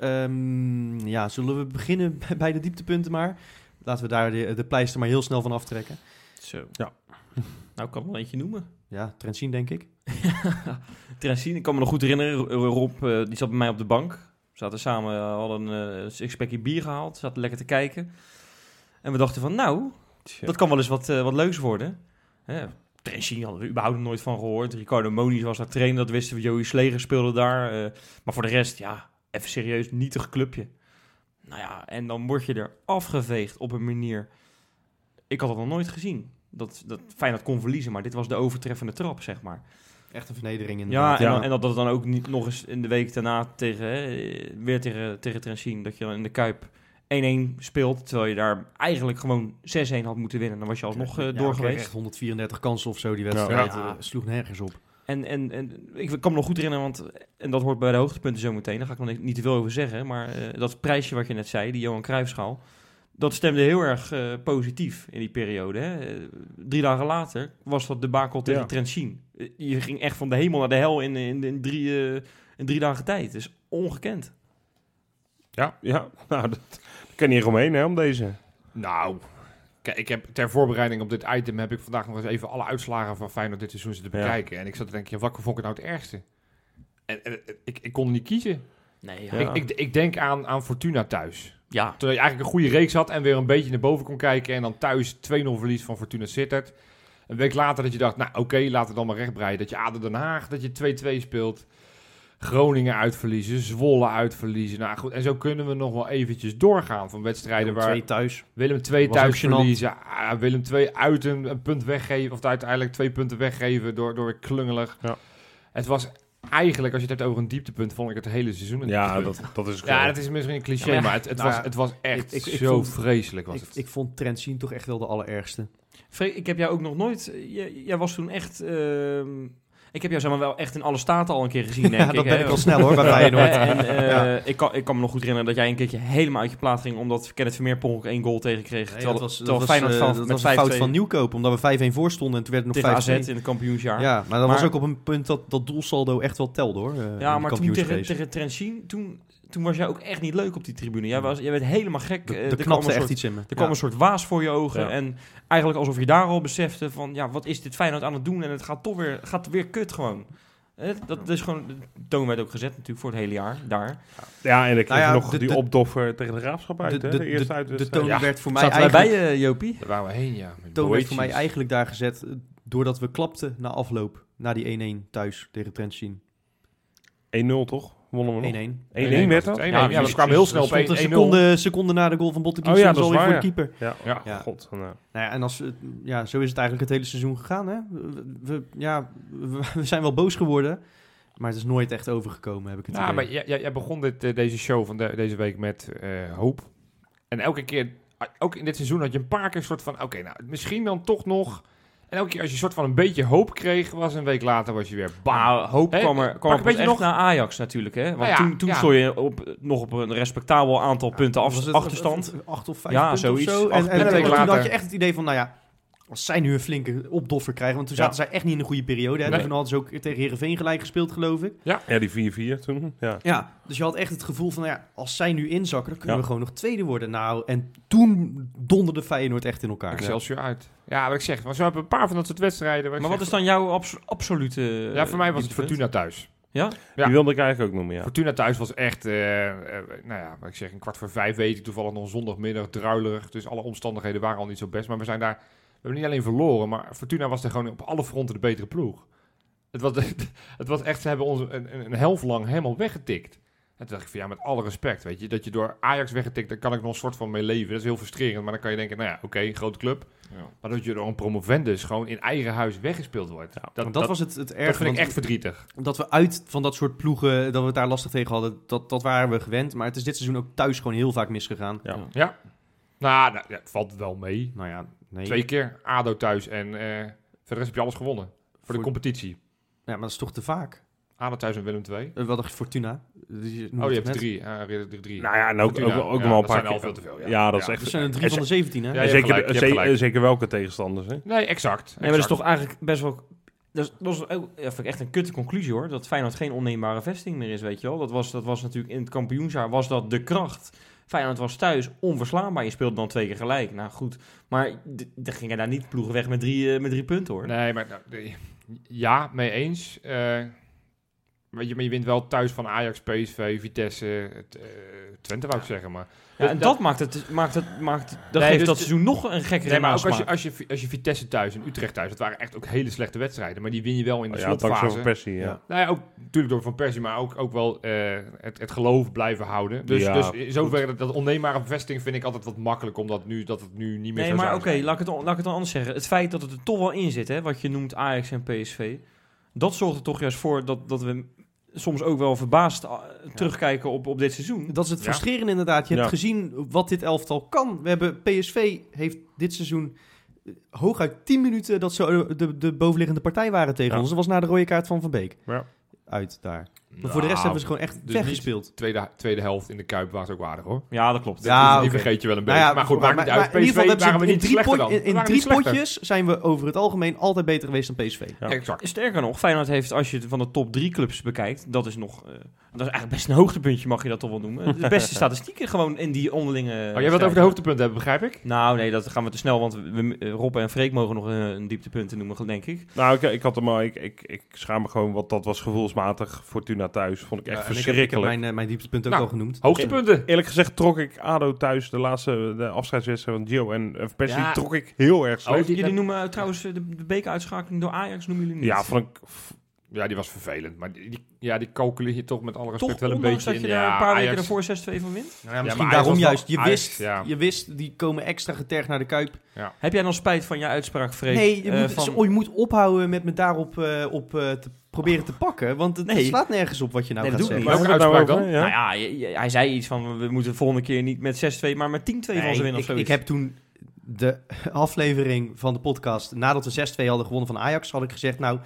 Zullen we beginnen bij de dieptepunten maar? Laten we daar de pleister maar heel snel van aftrekken. Zo. Ja. Nou, ik kan wel eentje noemen. Ja, Trentin denk ik. Trentin, ik kan me nog goed herinneren. Rob, die zat bij mij op de bank. We zaten samen, hadden een sixpackje bier gehaald. Zaten lekker te kijken. En we dachten van, dat kan wel eens wat leuks worden. Trentin hadden we überhaupt nooit van gehoord. Ricardo Moniz was daar trainer, dat wisten we. Joey Sleger speelde daar. Maar voor de rest, even serieus, nietig clubje. Nou ja, en dan word je er afgeveegd op een manier. Ik had het nog nooit gezien. Dat Feyenoord kon verliezen, maar dit was de overtreffende trap, zeg maar. Echt een vernedering in. En dat het dan ook niet nog eens in de week daarna weer tegen Trentin, dat je dan in de Kuip 1-1 speelt, terwijl je daar eigenlijk gewoon 6-1 had moeten winnen. Dan was je alsnog door geweest. Echt 134 kansen of zo, die wedstrijd sloeg nergens op. En ik kan me nog goed herinneren, en dat hoort bij de hoogtepunten zo meteen, daar ga ik nog niet te veel over zeggen, maar dat prijsje wat je net zei, die Johan Cruijffschaal, dat stemde heel erg positief in die periode. Hè? 3 dagen later was dat debakel tegen Trentin. Je ging echt van de hemel naar de hel in 3 dagen tijd. Dat is ongekend. Ja, nou, dat kan niet omheen, hè, om deze. Nou, kijk, ik heb ter voorbereiding op dit item heb ik vandaag nog eens even alle uitslagen van Feyenoord dit seizoen zitten bekijken. En ik zat te denken, wat vond ik nou het ergste? En ik kon niet kiezen. Nee, ja. Ik denk aan Fortuna thuis. Ja. Terwijl je eigenlijk een goede reeks had en weer een beetje naar boven kon kijken. En dan thuis 2-0 verlies van Fortuna Sittard. Een week later dat je dacht, laten we dan maar rechtbreien. Dat je ADO Den Haag, dat je 2-2 speelt. Groningen uitverliezen, Zwolle uitverliezen. Nou goed, en zo kunnen we nog wel eventjes doorgaan van wedstrijden waar... Willem 2 thuis verliezen. Willem 2 uit een punt weggeven, of uiteindelijk 2 punten weggeven door weer klungelig. Ja. Het was eigenlijk, als je het hebt over een dieptepunt, vond ik het hele seizoen. Ja, dat is ja, dat is misschien een cliché, maar het was echt vreselijk. Ik vond Trentin toch echt wel de allerergste. Freek, ik heb jou ook nog nooit... Jij was toen echt... Ik heb jou zeg maar wel echt in alle staten al een keer gezien, denk ik. Dat ben ik al snel hoor, bij Feyenoord. En ik kan me nog goed herinneren dat jij een keertje helemaal uit je plaat ging, omdat Kenneth Vermeer per ongeluk 1 goal tegenkreeg. Nee, dat was met een fout van Nieuwkoop, omdat we 5-1 voor stonden en toen werd het nog 5-2. Tegen AZ in het kampioensjaar. Ja, maar dat was ook op een punt dat doelsaldo echt wel telde hoor. Ja, maar toen tegen Trentin, toen was jij ook echt niet leuk op die tribune. Jij werd helemaal gek. Er knapte echt iets in me. Er kwam een soort waas voor je ogen. Ja. En eigenlijk alsof je daar al besefte van... Ja, wat is dit Feyenoord aan het doen? En het gaat weer kut gewoon. Dat is gewoon... De toon werd ook gezet natuurlijk voor het hele jaar daar. Ja, en ik kreeg nog die opdoffer tegen de Graafschap uit. De toon werd voor mij eigenlijk... Zaten wij bij Jopie? Daar waren we heen, ja. De toon werd voor mij eigenlijk daar gezet... doordat we klapten na afloop. Na die 1-1 thuis tegen Trentin. 1-0 toch? Wonnen we nog? 1-1 werd dat? 1-1. Ja, we kwamen heel snel op 1-0. Seconde na de goal van Botteguin. Dat is waar, voor de keeper. Ja. God. Nou ja, en zo is het eigenlijk het hele seizoen gegaan. Hè? We zijn wel boos geworden. Maar het is nooit echt overgekomen, heb ik het idee. Maar jij begon deze show van deze week met hoop. En elke keer, ook in dit seizoen, had je een paar keer een soort van... Oké, nou, misschien dan toch nog... En elke keer als je een soort van een beetje hoop kreeg, was een week later was je weer bang. Nou, hoop kwam er echt nog naar Ajax natuurlijk. Hè? Want toen stond je nog op een respectabel aantal punten achterstand. 8 of 5 punten of zo. En toen had je echt het idee van, nou ja, als zij nu een flinke opdoffer krijgen, want toen zaten zij echt niet in een goede periode. Toen hadden ze ook tegen Heerenveen gelijk gespeeld, geloof ik. Ja, die 4-4 toen. Ja, dus je had echt het gevoel van, als zij nu inzakken, dan kunnen we gewoon nog tweede worden. Nou, en toen donderde Feyenoord echt in elkaar. Excelsior uit. Ja, wat ik zeg, maar zo hebben een paar van dat soort wedstrijden. Maar wat is dan jouw absolute... Ja, voor mij was het Fortuna thuis. Ja? Die wilde ik eigenlijk ook noemen, ja. Fortuna thuis was echt, wat ik zeg, 4:15 weet ik toevallig nog zondagmiddag, druilerig. Dus alle omstandigheden waren al niet zo best. Maar we hebben niet alleen verloren, maar Fortuna was er gewoon op alle fronten de betere ploeg. Het was echt, ze hebben ons een helft lang helemaal weggetikt. En toen dacht ik van, met alle respect, weet je, dat je door Ajax weggetikt, daar kan ik nog een soort van mee leven. Dat is heel frustrerend, maar dan kan je denken, oké, grote club. Ja. Maar dat je door een promovendus gewoon in eigen huis weggespeeld wordt. Ja, dat was het erg. Dat vind ik echt verdrietig. Dat we uit van dat soort ploegen, dat we het daar lastig tegen hadden, dat waren we gewend. Maar het is dit seizoen ook thuis gewoon heel vaak misgegaan. Ja. Nou, het valt wel mee. Nou ja, nee. 2 keer ADO thuis en verder heb je alles gewonnen. Voor de competitie. Ja, maar dat is toch te vaak? ADO thuis en Willem 2. Wat dacht je, Fortuna? Je hebt 3. Nou ja, en ook wel een paar keer. Veel te veel. Ja, dat is echt... Dat zijn er 3 van de 17, hè? Ja, zeker welke tegenstanders, hè? Nee, exact. Nee, maar dat is toch eigenlijk best wel... Dat was ook vind ik echt een kutte conclusie, hoor. Dat Feyenoord geen onneembare vesting meer is, weet je wel. Dat was natuurlijk in het kampioensjaar was dat de kracht. Feyenoord was thuis onverslaanbaar. Je speelde dan 2 keer gelijk. Nou goed, maar er gingen daar niet ploegen weg met 3 punten, hoor. Nee, maar ja, mee eens. Weet je, maar je wint wel thuis van Ajax, PSV, Vitesse, Twente wou ik zeggen, maar... Ja, en dat geeft dus dat seizoen nog een gekkere maar ook als je Vitesse thuis en Utrecht thuis, dat waren echt ook hele slechte wedstrijden, maar die win je wel in de slotfase. Van Persie, ja. Nou ja, ook natuurlijk door Van Persie, maar ook wel het geloof blijven houden. Dus in zoverre dat onneembare bevestiging vind ik altijd wat makkelijk, omdat het nu niet meer zo maar oké, laat ik het dan anders zeggen. Het feit dat het er toch wel in zit, hè, wat je noemt Ajax en PSV, dat zorgt er toch juist voor dat we soms ook wel verbaasd terugkijken op dit seizoen. Dat is het frustrerende inderdaad. Je hebt gezien wat dit elftal kan. PSV heeft dit seizoen hooguit 10 minuten dat ze de bovenliggende partij waren tegen ons. Dat was na de rode kaart van Van Beek. Ja. Uit daar. Maar voor de rest hebben ze gewoon echt dus weggespeeld. Tweede helft in de Kuip was ook waardig, hoor. Ja, dat klopt. Die vergeet je wel een beetje. Maar goed, maakt niet uit. PSV waren we niet slechter dan. In 3 potjes zijn we over het algemeen altijd beter geweest dan PSV. Ja. Exact. Sterker nog, Feyenoord heeft, als je het van de top 3 clubs bekijkt, dat is eigenlijk best een hoogtepuntje, mag je dat toch wel noemen. De beste statistieken gewoon in die onderlinge... jij wilt over de hoogtepunten hebben, begrijp ik? Nou, nee, dat gaan we te snel, want Rob en Freek mogen nog een dieptepunten noemen, denk ik. Nou, ik had hem al... Ik schaam me gewoon, want dat was gevoelsmatig. Fortuna thuis vond ik echt verschrikkelijk. Ik heb mijn dieptepunt ook al genoemd. Hoogtepunten. Eerlijk gezegd trok ik ADO thuis de afscheidswedstrijd van Gio en Persie trok ik heel erg slecht. Jullie noemen trouwens de bekeruitschakeling door Ajax, noemen jullie niet? Ja, vond ik... Ja, die was vervelend. Maar die calculeer je toch met alle respect wel een beetje in. Dat je er een paar weken ervoor 6-2 van wint? Nou ja, misschien daarom juist. Je wist, die komen extra getergd naar de Kuip. Ja. Heb jij nog spijt van je uitspraak, Freek? Nee, je moet ophouden met me daarop te proberen te pakken. Want het slaat nergens op wat je nou gaat zeggen. Welke uitspraak dan? Nou ja, hij zei iets van, we moeten de volgende keer niet met 6-2, maar met 10-2 van ze winnen of zoiets. Ik heb toen de aflevering van de podcast, nadat we 6-2 hadden gewonnen van Ajax, had ik gezegd, nou...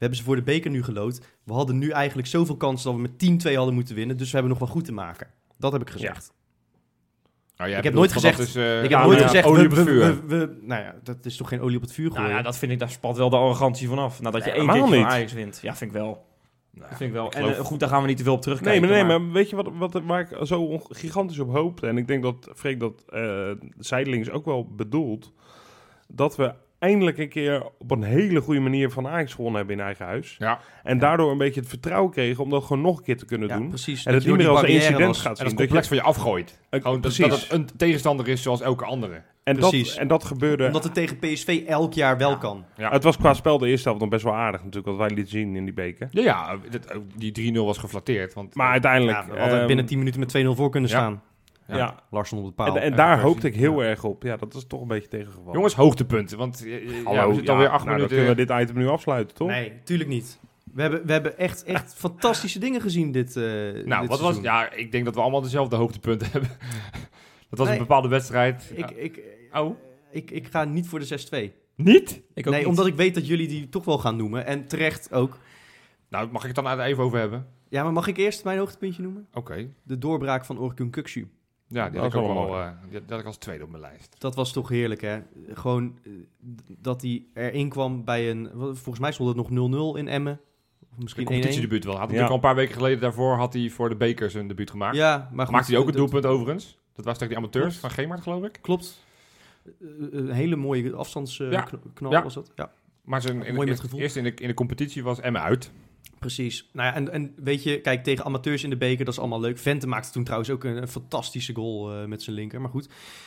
hebben ze voor de beker nu geloot. We hadden nu eigenlijk zoveel kansen dat we met 10-2 hadden moeten winnen. Dus we hebben nog wel goed te maken. Dat heb ik gezegd. Ja. Ik heb nooit gezegd... ik heb nooit gezegd... Olie op het vuur. Nou ja, dat is toch geen olie op het vuur gooien? Nou ja, dat vind ik, daar spat wel de arrogantie vanaf. Nadat je 1 keer van Ajax wint. Ja, vind ik wel. Nou, vind ik wel. En goed, daar gaan we niet te veel op terugkijken. Maar weet je waar ik zo gigantisch op hoopte? En ik denk dat Freek dat zijdelings ook wel bedoelt. Dat we eindelijk een keer op een hele goede manier van Ajax gewonnen hebben in eigen huis. Ja. En daardoor een beetje het vertrouwen kregen om dat gewoon nog een keer te kunnen doen. Precies. En het niet meer als een incident gaat zien. En dat complex van je afgooit. Gewoon dat het een tegenstander is zoals elke andere. En dat gebeurde... Omdat het tegen PSV elk jaar wel kan. Ja. Het was qua spel de eerste helft nog best wel aardig natuurlijk, wat wij lieten zien in die beker. Ja, die 3-0 was geflatteerd. Want, maar uiteindelijk... we hadden binnen 10 minuten met 2-0 voor kunnen staan. Ja. Larsson op de paal. En daar hoopte ik heel erg op. Ja, dat is toch een beetje tegengevallen. Jongens, hoogtepunten. Want we zitten alweer 8 minuten. Dan kunnen we dit item nu afsluiten, toch? Nee, tuurlijk niet. We hebben echt fantastische dingen gezien dit seizoen. Ik denk dat we allemaal dezelfde hoogtepunten hebben. Dat was een bepaalde wedstrijd. Ik ga niet voor de 6-2. Niet? Ik ook niet. Omdat ik weet dat jullie die toch wel gaan noemen. En terecht ook. Nou, mag ik het dan even over hebben? Ja, maar mag ik eerst mijn hoogtepuntje noemen? Oké. De doorbraak van Orkun Kökçü. Ja, die had ik ook wel. Die had ik als tweede op mijn lijst. Dat was toch heerlijk, hè? Gewoon dat hij erin kwam bij een... Volgens mij stond het nog 0-0 in Emmen. Of misschien 1-1. Een competitiedebuut wel. Had hij al een paar weken geleden daarvoor had hij voor de beker zijn debuut gemaakt. Ja, maar goed, maakte hij ook een doelpunt overigens. Dat was tegen die amateurs van Gemart, geloof ik. Klopt. Een hele mooie afstandsknal was dat. Ja. Maar eerst in de competitie was Emmen uit. Precies. Nou ja, en weet je, kijk, tegen amateurs in de beker, dat is allemaal leuk. Vente maakte toen trouwens ook een fantastische goal met zijn linker. Maar goed,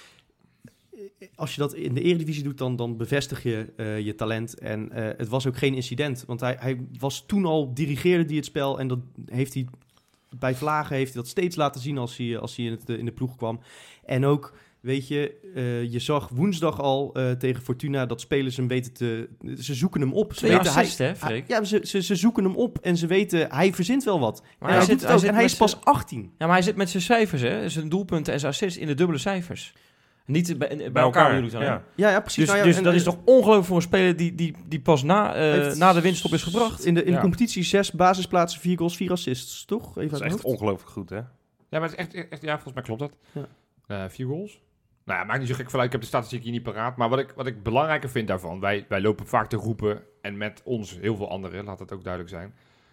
als je dat in de Eredivisie doet, dan bevestig je je talent. En het was ook geen incident. Want hij was toen al, dirigeerde hij het spel. En dat heeft hij bij Vlagen heeft hij dat steeds laten zien als hij in de ploeg kwam. En ook... Weet je, je zag woensdag al tegen Fortuna dat spelers hem weten ze zoeken hem op. Ze weten assist, hè, Freek? Ze zoeken hem op en ze weten, hij verzint wel wat. Maar hij is pas 18. Ja, maar hij zit met zijn cijfers, hè. Zijn doelpunten en zijn assists in de dubbele cijfers. Niet bij elkaar bedoel ik dan. Ja, precies. Dus dat is toch ongelooflijk voor een speler die pas na de winststop is gebracht. In de competitie 6 basisplaatsen, 4 goals, 4 assists, toch? Even dat is echt ongelooflijk goed, hè? Ja, maar het is echt volgens mij klopt dat. Ja. 4 goals. Nou ja, maakt niet zo gek vanuit. Ik heb de statistiek hier niet paraat. Maar wat ik belangrijker vind daarvan... Wij lopen vaak te roepen... en met ons heel veel anderen, laat dat ook duidelijk zijn...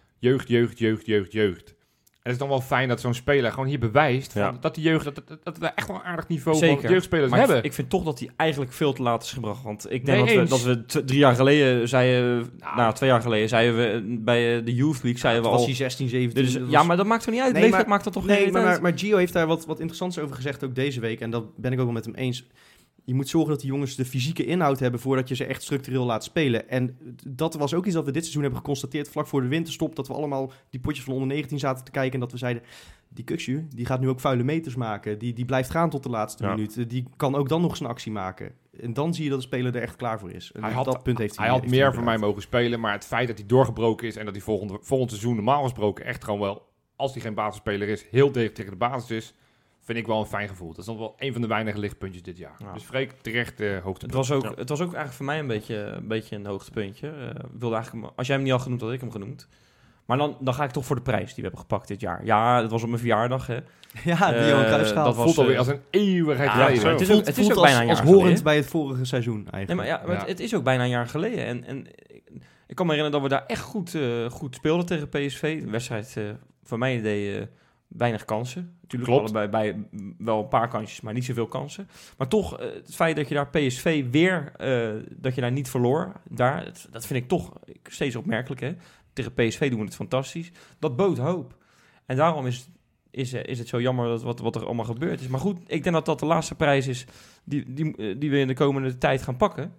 Jeugd. En het is dan wel fijn dat zo'n speler gewoon hier bewijst... dat die jeugd... dat we echt wel een aardig niveau van jeugdspelers hebben. Ik vind toch dat hij eigenlijk veel te laat is gebracht. Want ik denk dat we 3 jaar geleden zeiden... 2 jaar geleden zeiden we... bij de Youth League zeiden we al... was hij 16, 17. Dus, ja, maar dat maakt toch niet uit? Leeftijd maakt dat toch niet uit? Maar Gio heeft daar wat interessants over gezegd, ook deze week. En dat ben ik ook wel met hem eens... Je moet zorgen dat die jongens de fysieke inhoud hebben voordat je ze echt structureel laat spelen. En dat was ook iets dat we dit seizoen hebben geconstateerd vlak voor de winterstop. Dat we allemaal die potjes van onder 19 zaten te kijken en dat we zeiden... Die Kökçü, die gaat nu ook vuile meters maken. Die blijft gaan tot de laatste minuut. Die kan ook dan nog zijn actie maken. En dan zie je dat de speler er echt klaar voor is. En dat punt heeft hij had meer voor mij mogen spelen. Maar het feit dat hij doorgebroken is en dat hij volgend seizoen normaal gesproken echt gewoon wel... Als hij geen basisspeler is, heel dicht tegen de basis is... Vind ik wel een fijn gevoel. Dat is nog wel een van de weinige lichtpuntjes dit jaar. Ja. Dus Freek, terecht hoogtepunt. Het was ook eigenlijk voor mij een beetje een hoogtepuntje. Wilde eigenlijk, als jij hem niet al genoemd had, ik hem genoemd. Maar dan ga ik toch voor de prijs die we hebben gepakt dit jaar. Ja, het was op mijn verjaardag, hè. Ja, de Johan Cruijffschaal. Dat voelt alweer als een eeuwigheid geleden. Het is ook bijna een jaar als horend bij het vorige seizoen eigenlijk. Nee, maar het is ook bijna een jaar geleden. En ik kan me herinneren dat we daar echt goed speelden tegen PSV. De wedstrijd voor mijn idee... weinig kansen. Natuurlijk allebei bij wel een paar kansjes, maar niet zoveel kansen. Maar toch, het feit dat je daar PSV weer... dat je daar niet verloor, dat vind ik toch steeds opmerkelijk. Hè? Tegen PSV doen we het fantastisch. Dat bood hoop. En daarom is het zo jammer wat er allemaal gebeurd is. Maar goed, ik denk dat de laatste prijs is... die we in de komende tijd gaan pakken.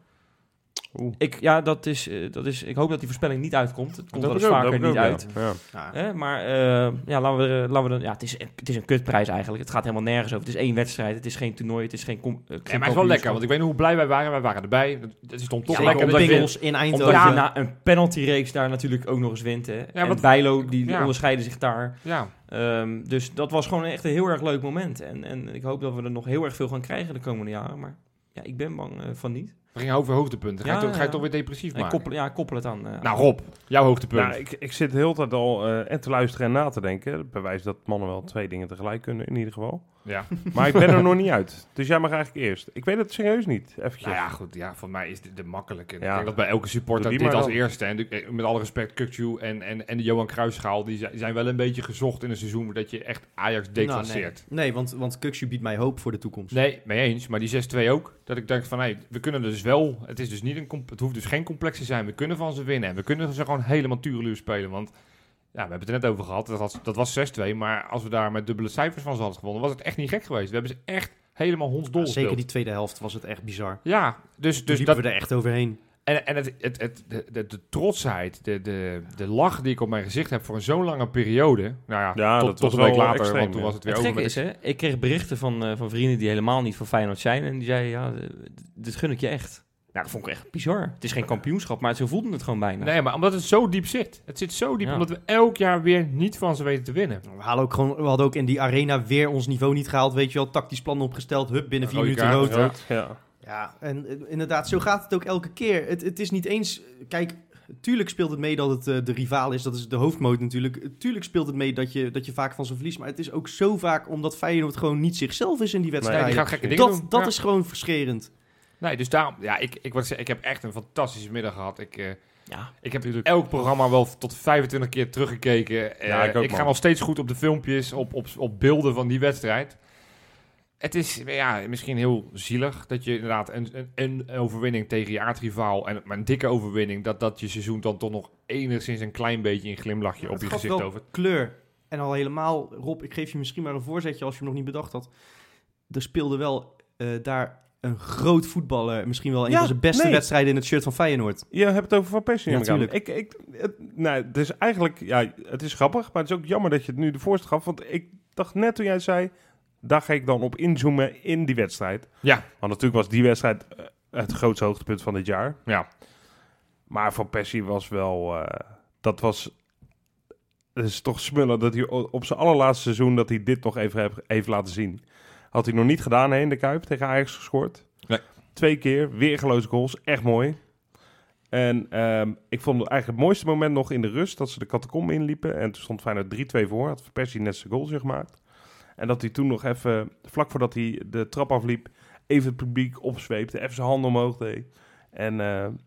Ik hoop dat die voorspelling niet uitkomt. Het komt wel eens vaker niet uit. Ja. Maar laten we dan... Ja, het is een kutprijs eigenlijk. Het gaat helemaal nergens over. Het is 1 wedstrijd. Het is geen toernooi. Het is geen... maar het is wel lekker. Want ik weet nog hoe blij wij waren. Wij waren erbij. Het stond toch lekker. De pingels in Eindhoven. Omdat je na een penaltyreeks daar natuurlijk ook nog eens wint. Hè. En Bijlo, die onderscheiden zich daar. Ja. Dus dat was gewoon echt een heel erg leuk moment. En ik hoop dat we er nog heel erg veel gaan krijgen de komende jaren. Maar ja, ik ben bang van niet. We gingen over hoogtepunten. Ga je toch weer depressief maken? Koppel het aan. Nou Rob, jouw hoogtepunt. Nou, ik zit de hele tijd al en te luisteren en na te denken. Bewijs dat mannen wel 2 dingen tegelijk kunnen, in ieder geval. Ja. Maar ik ben er nog niet uit. Dus jij mag eigenlijk eerst. Ik weet het serieus niet. Eventjes. Nou ja, goed. Ja, voor mij is dit de makkelijke. Ja. Ik denk dat bij elke supporter dit als eerste. En met alle respect, Kukçu en de Johan Cruijffschaal, die zijn wel een beetje gezocht in een seizoen dat je echt Ajax declasseert. Nee, want Kukçu biedt mij hoop voor de toekomst. Nee, mee eens. Maar die 6-2 ook. Dat ik denk van, we kunnen dus wel. Het is dus niet het hoeft dus geen complex te zijn. We kunnen van ze winnen. En we kunnen ze gewoon helemaal tureluur spelen. Want ja, we hebben het er net over gehad. Dat was 6-2. Maar als we daar met dubbele cijfers van ze hadden gewonnen, was het echt niet gek geweest. We hebben ze echt helemaal hondsdol gespeeld. Zeker die tweede helft was het echt bizar. Ja, dus liepen we er echt overheen. En de trotsheid, de lach die ik op mijn gezicht heb voor zo'n lange periode. Nou ja, tot een week later, extreem, want toen was het weer over. Het gekke is, hè, ik kreeg berichten van vrienden die helemaal niet voor Feyenoord zijn. En die zeiden, ja, dit gun ik je echt. Nou, dat vond ik echt bizar. Het is geen kampioenschap, maar zo voelde het gewoon bijna. Nee, maar omdat het zo diep zit. Het zit zo diep, omdat we elk jaar weer niet van ze weten te winnen. We hadden ook in die arena weer ons niveau niet gehaald. Weet je wel, tactisch plan opgesteld. Binnen 4 minuten rood. Ja, en inderdaad, zo gaat het ook elke keer. Het is niet eens... Kijk, tuurlijk speelt het mee dat het de rivaal is. Dat is de hoofdmoot natuurlijk. Tuurlijk speelt het mee dat je vaak van ze verliest. Maar het is ook zo vaak omdat Feyenoord gewoon niet zichzelf is in die wedstrijd. Nee, die gaat gekke dingen doen. Dat is gewoon frustrerend. Nee, dus daarom... Ja, ik heb echt een fantastische middag gehad. Ik heb elk programma wel tot 25 keer teruggekeken. Ik ga nog steeds goed op de filmpjes, op beelden van die wedstrijd. Het is misschien heel zielig dat je inderdaad een overwinning tegen je aardrivaal, maar een dikke overwinning, dat je seizoen dan toch nog enigszins een klein beetje een glimlachje op je gezicht over. Kleur. En al helemaal, Rob, ik geef je misschien maar een voorzetje als je hem nog niet bedacht had. Er speelde wel daar een groot voetballer, misschien wel een van zijn beste wedstrijden in het shirt van Feyenoord. Je hebt het over Van Persie. Ja, natuurlijk. Het is eigenlijk, het is grappig, maar het is ook jammer dat je het nu de voorstel gaf, want ik dacht net toen jij zei, daar ga ik dan op inzoomen in die wedstrijd. Ja. Want natuurlijk was die wedstrijd het grootste hoogtepunt van dit jaar. Ja. Maar Van Persie was wel, het is toch smullen dat hij op zijn allerlaatste seizoen dat hij dit nog even heeft laten zien. Had hij nog niet gedaan in de Kuip tegen Ajax gescoord. Nee. 2 keer, weergeloze goals. Echt mooi. En ik vond het eigenlijk het mooiste moment nog in de rust, dat ze de catacombe inliepen. En toen stond Feyenoord 3-2 voor. Had Van Persie net zijn goal gemaakt. En dat hij toen nog even, vlak voordat hij de trap afliep, even het publiek opzweepte. Even zijn handen omhoog deed. En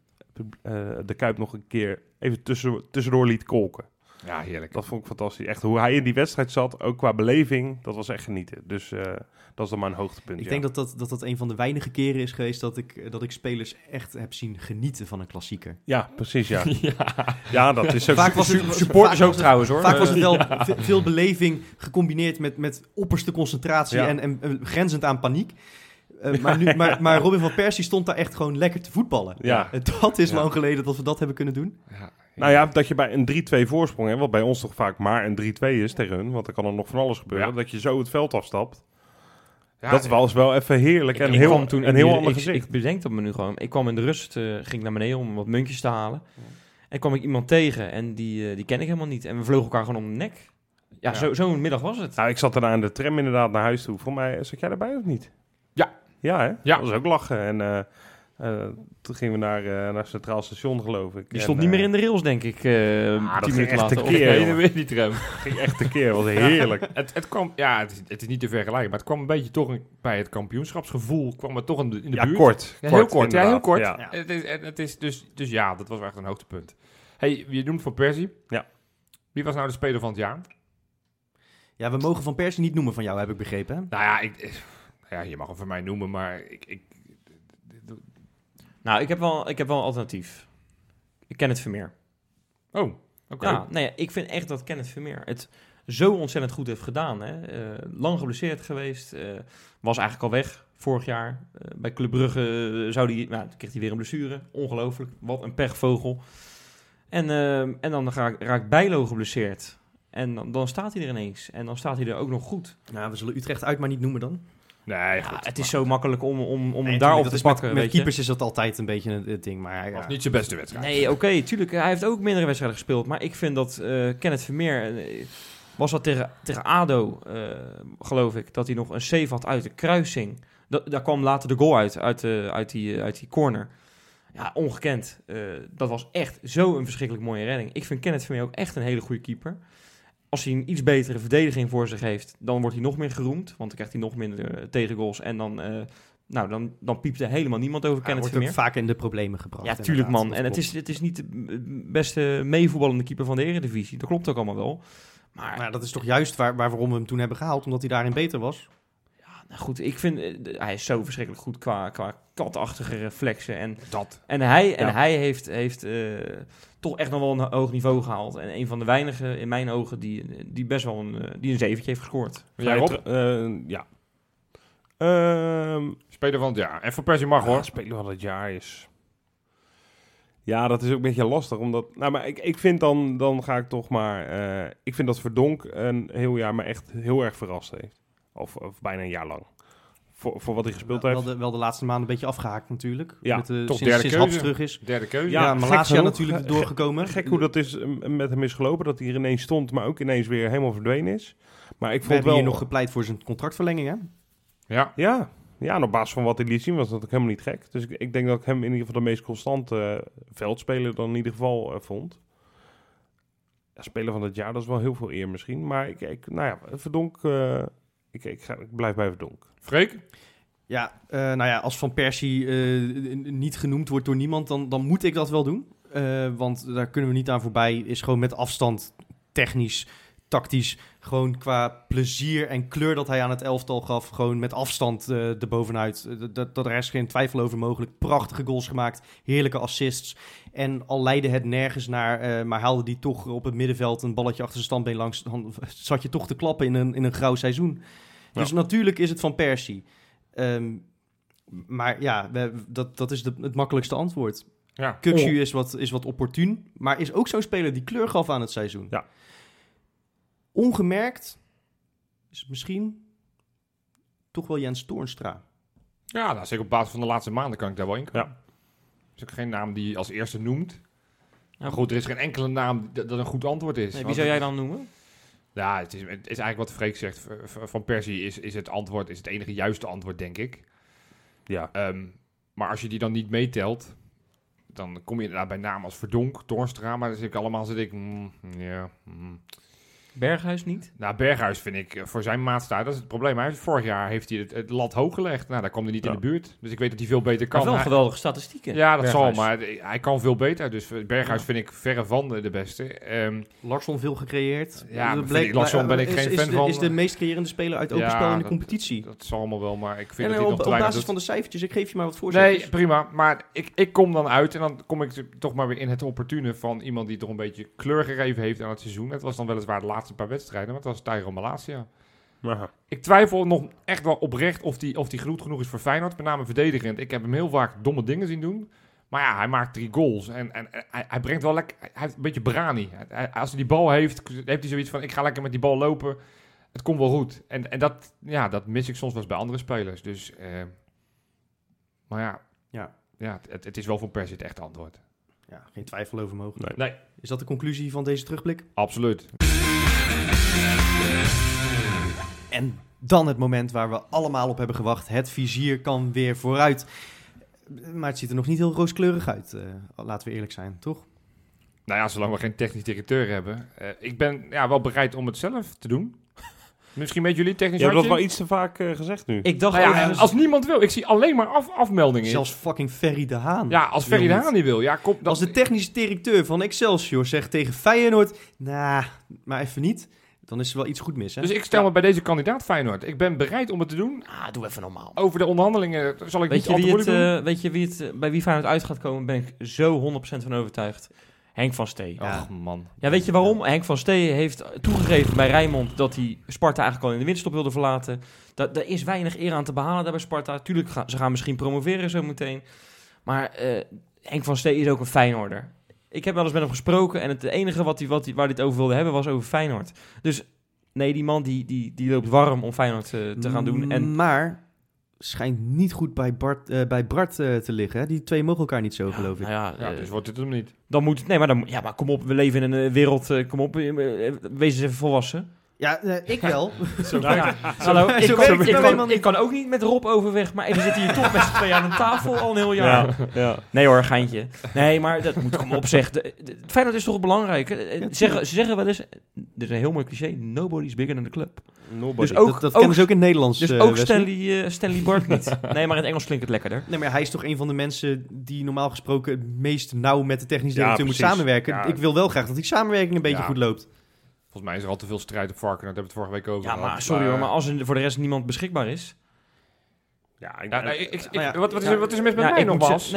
de Kuip nog een keer even tussendoor liet kolken. Ja, heerlijk. Dat vond ik fantastisch. Echt hoe hij in die wedstrijd zat, ook qua beleving, dat was echt genieten. Dus dat is dan mijn hoogtepunt. Ik denk dat een van de weinige keren is geweest dat ik spelers echt heb zien genieten van een klassieker. Ja, precies, ja. Ja, dat is ook... Vaak was het, supporters ook trouwens, hoor. Vaak was het wel veel beleving gecombineerd met opperste concentratie en grenzend aan paniek. Maar Robin van Persie stond daar echt gewoon lekker te voetballen. Ja. En dat is lang geleden dat we dat hebben kunnen doen. Ja. Nou ja, dat je bij een 3-2 voorsprong, wat bij ons toch vaak maar een 3-2 is tegen hun, want er kan er nog van alles gebeuren, dat je zo het veld afstapt. Ja, dat was wel even heerlijk en heel ander gezicht. Ik bedenk dat me nu gewoon. Ik kwam in de rust, ging naar beneden om wat muntjes te halen. En kwam ik iemand tegen en die ken ik helemaal niet. En we vlogen elkaar gewoon om de nek. Ja. Zo'n middag was het. Nou, ik zat daarna in de tram inderdaad naar huis toe. Voor mij, zat jij erbij of niet? Ja. Ja, hè? Ja. Dat was ook lachen. En toen gingen we naar Centraal Station, geloof ik. Die stond niet meer in de rails, denk ik. 10 minuten later. Tekeer, die tram. Ging echt tekeer, was heerlijk. Het kwam, het is niet te vergelijken, maar het kwam een beetje toch bij het kampioenschapsgevoel, kwam het toch in de buurt. Kort. Ja, heel kort. Ja, heel kort. Ja. Het is dus ja, dat was echt een hoogtepunt. Hey, je noemt Van Persie. Ja. Wie was nou de speler van het jaar? Ja, we mogen Van Persie niet noemen van jou, heb ik begrepen. Hè? Nou ja, je mag hem voor mij noemen, maar Nou, ik heb wel een alternatief. Kenneth Vermeer. Oh, oké. Ja, nee, ik vind echt dat Kenneth Vermeer het zo ontzettend goed heeft gedaan. Hè. Lang geblesseerd geweest. Was eigenlijk al weg vorig jaar. Bij Club Brugge kreeg hij weer een blessure. Ongelooflijk. Wat een pechvogel. En dan raakt Bijlo geblesseerd. En dan staat hij er ineens. En dan staat hij er ook nog goed. Nou, we zullen Utrecht uit maar niet noemen dan. Nee, goed, het is zo makkelijk om hem daarop te pakken. Met keepers is dat altijd een beetje het ding. Maar hij was niet zijn beste wedstrijd. Nee, oké, tuurlijk. Hij heeft ook mindere wedstrijden gespeeld. Maar ik vind dat Kenneth Vermeer... was dat tegen ADO, geloof ik, dat hij nog een save had uit de kruising. Daar kwam later de goal uit die corner. Ja, ongekend. Dat was echt zo'n verschrikkelijk mooie redding. Ik vind Kenneth Vermeer ook echt een hele goede keeper. Als hij een iets betere verdediging voor zich heeft, dan wordt hij nog meer geroemd. Want dan krijgt hij nog minder tegengoals. En dan piept er helemaal niemand over Kenneth Vermeer. Wordt ook vaak in de problemen gebracht. Ja, tuurlijk man. En het is niet de beste meevoetballende keeper van de Eredivisie. Dat klopt ook allemaal wel. Maar dat is toch juist waarom we hem toen hebben gehaald. Omdat hij daarin beter was. Nou goed, ik vind hij is zo verschrikkelijk goed qua katachtige reflexen. En hij heeft toch echt nog wel een hoog niveau gehaald. En een van de weinigen in mijn ogen die best wel een zeventje heeft gescoord. Ja. Speler van het jaar. En Van Persie mag hoor. Speler van het jaar is... Ja, dat is ook een beetje lastig. Omdat, maar ik vind dan ga ik toch maar... ik vind dat Verdonk een heel jaar me echt heel erg verrast heeft. Of bijna een jaar lang. Voor wat hij gespeeld heeft. Wel de laatste maanden een beetje afgehaakt natuurlijk. Ja, toch sinds Haps terug is. Derde keuze. Ja, Malasia natuurlijk doorgekomen. Gek hoe dat is met hem is gelopen. Dat hij er ineens stond, maar ook ineens weer helemaal verdwenen is. Maar ik vond wel... hier nog gepleit voor zijn contractverlenging, hè? Ja, en op basis van wat hij liet zien was dat ook helemaal niet gek. Dus ik denk dat ik hem in ieder geval de meest constante veldspeler dan in ieder geval vond. Ja, speler van het jaar, dat is wel heel veel eer misschien. Maar Verdonk... Ik blijf bij Verdonk. Freek? Ja, als Van Persie niet genoemd wordt door niemand, dan moet ik dat wel doen. Want daar kunnen we niet aan voorbij. Is gewoon met afstand, technisch, tactisch, gewoon qua plezier en kleur dat hij aan het elftal gaf, gewoon met afstand erbovenuit. Er is geen twijfel over mogelijk. Prachtige goals gemaakt, heerlijke assists. En al leidde het nergens naar, maar haalde die toch op het middenveld een balletje achter zijn standbeen langs, dan zat je toch te klappen in een grauw seizoen. Dus natuurlijk is het Van Persie. Maar ja, dat is het makkelijkste antwoord. Ja. Kukçu is wat opportun, maar is ook zo'n speler die kleur gaf aan het seizoen. Ja. Ongemerkt is het misschien toch wel Jens Toornstra. Ja, nou, zeker op basis van de laatste maanden kan ik daar wel in komen. Ja. Er is ook geen naam die je als eerste noemt. Nou goed, er is geen enkele naam dat een goed antwoord is. Nee, wie zou jij dan noemen? Ja, het is eigenlijk wat Freek zegt. Van Persie is het antwoord, is het enige juiste antwoord, denk ik. Ja. Maar als je die dan niet meetelt, dan kom je inderdaad bij namen als Verdonk, Toornstra, maar dan zit ik... Berghuis niet? Nou, Berghuis vind ik voor zijn maatstaat, dat is het probleem. Vorig jaar heeft hij het lat hoog gelegd. Nou, daar kwam hij niet in de buurt. Dus ik weet dat hij veel beter kan. Hij heeft wel geweldige statistieken. Ja, dat Berghuis zal, maar hij kan veel beter. Dus Berghuis vind ik verre van de beste. Larsson veel gecreëerd. Ja, Larsson ben ik geen fan van. Is de meest creërende speler uit open spel in de competitie. Dat zal allemaal wel, maar ik vind dat hij nog te weinig op basis van de cijfertjes, ik geef je maar wat voorzetjes. Nee, prima. Maar ik kom dan uit en dan kom ik toch maar weer in het opportune van iemand die toch een beetje kleur gegeven heeft aan het seizoen. Het was dan weliswaar de laatste paar wedstrijden, maar het was Tyrone Malacia. Aha. Ik twijfel nog echt wel oprecht of die goed genoeg is voor Feyenoord, met name verdedigend. Ik heb hem heel vaak domme dingen zien doen. Maar ja, hij maakt 3 goals en hij brengt wel lekker... Hij heeft een beetje brani. Als hij die bal heeft hij zoiets van, ik ga lekker met die bal lopen. Het komt wel goed. En dat mis ik soms wel eens bij andere spelers. Dus, maar ja, het is wel voor Persie het echte antwoord. Ja, geen twijfel over mogelijk. Nee. Is dat de conclusie van deze terugblik? Absoluut. En dan het moment waar we allemaal op hebben gewacht. Het vizier kan weer vooruit. Maar het ziet er nog niet heel rooskleurig uit. Laten we eerlijk zijn, toch? Nou ja, zolang we geen technisch directeur hebben. Ik ben wel bereid om het zelf te doen. Misschien met jullie technisch hartje. Je hebt dat wel iets te vaak gezegd nu. Ik dacht als niemand wil. Ik zie alleen maar afmeldingen. Zelfs fucking Ferry de Haan. Ja, als Ferry de Haan niet wil. Ja, als de technische directeur van Excelsior zegt tegen Feyenoord... maar even niet... Dan is er wel iets goed mis, hè? Dus ik stel me bij deze kandidaat Feyenoord. Ik ben bereid om het te doen. Doe even normaal. Over de onderhandelingen zal ik niet al te moeilijk doen. Weet je bij wie Feyenoord uit gaat komen? Ben ik zo 100% van overtuigd. Henk van Stee. Ja. Oh man. Ja, weet je waarom? Henk van Stee heeft toegegeven bij Rijnmond dat hij Sparta eigenlijk al in de winterstop wilde verlaten. Daar is weinig eer aan te behalen daar bij Sparta. Tuurlijk, ze gaan misschien promoveren zo meteen. Maar Henk van Stee is ook een Feyenoorder. Ik heb wel eens met hem gesproken en het enige waar hij het over wilde hebben was over Feyenoord. Dus nee, die man die loopt warm om Feyenoord te gaan doen. Maar schijnt niet goed bij Bart te liggen. Hè? Die twee mogen elkaar niet zo, geloof ik. Dus wordt dit hem niet. Dan moet het... Nee, maar kom op, we leven in een wereld... kom op, wees eens even volwassen. Ja, ik wel. Hallo, ik kan ook niet met Rob overweg, maar we zitten hier toch met z'n tweeën aan een tafel al een heel jaar. Ja. Nee hoor, geintje. Nee, maar dat moet ik hem opzeggen. Feyenoord is toch belangrijk? Ze zeggen wel eens, dit is een heel mooi cliché, nobody's bigger than the club. Dus ook, dat kennen ze ook in het Nederlands. Dus ook Stanley Bart niet. Nee, maar in het Engels klinkt het lekkerder. Nee, maar hij is toch een van de mensen die normaal gesproken het meest nauw met de technische directeur moet samenwerken. Ja. Ik wil wel graag dat die samenwerking een beetje goed loopt. Volgens mij is er al te veel strijd op Varkenoord. Daar hebben we het vorige week over gehad. Maar sorry hoor, maar als er voor de rest niemand beschikbaar is... Wat is er mis met mij nogmaals?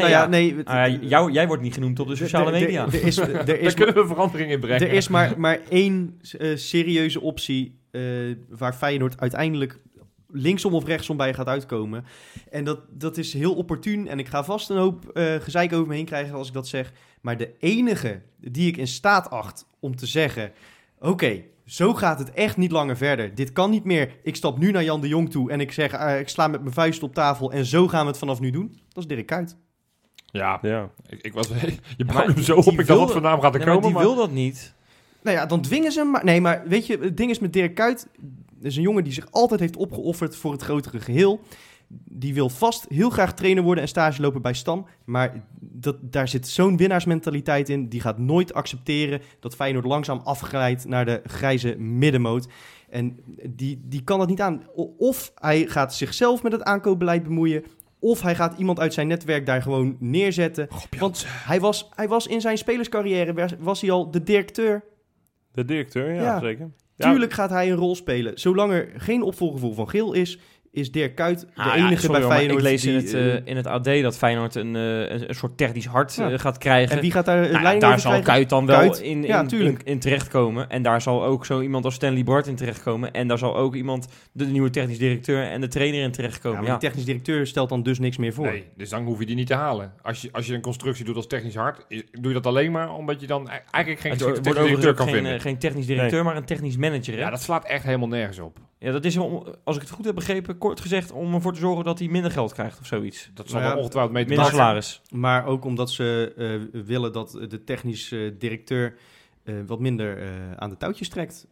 Jij wordt niet genoemd op de sociale media. Daar kunnen we verandering in brengen. Er is maar één serieuze optie waar Feyenoord uiteindelijk linksom of rechtsom bij gaat uitkomen. En dat is heel opportun. En ik ga vast een hoop gezeik over me heen krijgen als ik dat zeg. Maar de enige die ik in staat acht om te zeggen... Oké, zo gaat het echt niet langer verder. Dit kan niet meer. Ik stap nu naar Jan de Jong toe en ik zeg... ik sla met mijn vuist op tafel en zo gaan we het vanaf nu doen. Dat is Dirk Kuyt. Ja. Ik was... Je bouwt hem zo op. Ik dacht dat vandaan gaat komen. Maar die wil dat niet. Nou ja, dan dwingen ze hem. Nee, maar weet je, het ding is met Dirk Kuyt... is een jongen die zich altijd heeft opgeofferd voor het grotere geheel. Die wil vast heel graag trainer worden en stage lopen bij Stam. Maar daar zit zo'n winnaarsmentaliteit in. Die gaat nooit accepteren dat Feyenoord langzaam afglijdt naar de grijze middenmoot. En die kan dat niet aan. Of hij gaat zichzelf met het aankoopbeleid bemoeien... of hij gaat iemand uit zijn netwerk daar gewoon neerzetten. Want hij was in zijn spelerscarrière was hij al de directeur. De directeur, ja. Zeker. Tuurlijk gaat hij een rol spelen. Zolang er geen opvolger voor Van Geel is Dirk Kuyt de enige bij Feyenoord. Ik lees in het AD dat Feyenoord een soort technisch hart gaat krijgen. En wie gaat daar leiding daar zal Kuyt dan wel in terechtkomen. En daar zal ook zo iemand als Stanley Bart in terechtkomen. En daar zal ook iemand, de nieuwe technisch directeur en de trainer in terechtkomen. Maar de technisch directeur stelt dan dus niks meer voor. Nee, dus dan hoef je die niet te halen. Als je een constructie doet als technisch hart, doe je dat alleen maar omdat je dan eigenlijk geen technisch directeur kan vinden. Geen technisch directeur, maar een technisch manager. Hè? Ja, dat slaat echt helemaal nergens op. Ja, dat is, als ik het goed heb begrepen, kort gezegd, om ervoor te zorgen dat hij minder geld krijgt of zoiets. Dat zal wel ongetwijfeld mee te maken. Minder salaris. Maar ook omdat ze willen dat de technisch directeur wat minder aan de touwtjes trekt.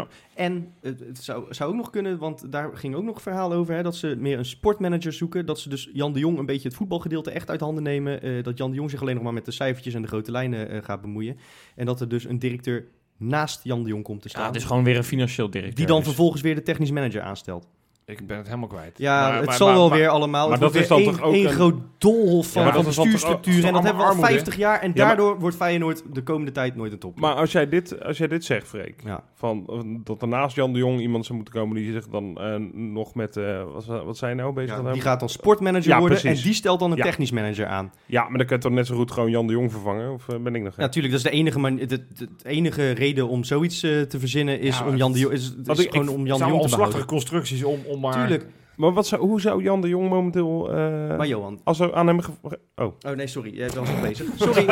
En het zou ook nog kunnen, want daar ging ook nog een verhaal over, hè, dat ze meer een sportmanager zoeken. Dat ze dus Jan de Jong een beetje het voetbalgedeelte echt uit handen nemen. Dat Jan de Jong zich alleen nog maar met de cijfertjes en de grote lijnen gaat bemoeien. En dat er dus een directeur naast Jan de Jong komt te staan. Ja, het is gewoon weer een financieel directeur. Die dan vervolgens weer de technisch manager aanstelt. Ik ben het helemaal kwijt. Ja, het zal wel weer allemaal. Maar dat is dan toch ook een groot doolhof van bestuursstructuur. En dat hebben we al 50 jaar. En daardoor wordt Feyenoord de komende tijd nooit een top. Maar als jij dit zegt, Freek, van dat er naast Jan de Jong iemand zou moeten komen die zich dan nog met... wat zijn nou bezig? Die gaat dan sportmanager worden precies. En die stelt dan een technisch manager aan. Ja, maar dan kun je toch net zo goed gewoon Jan de Jong vervangen? Of ben ik nog... Ja, natuurlijk. Dat is de enige reden om zoiets te verzinnen is om Jan de Jong... Is gewoon om Jan de Jong te behouden. Constructies om maar... Tuurlijk. Maar hoe zou Jan de Jong momenteel... maar Johan... Als er aan hem... Oh nee, sorry. Jij was nog bezig. Sorry.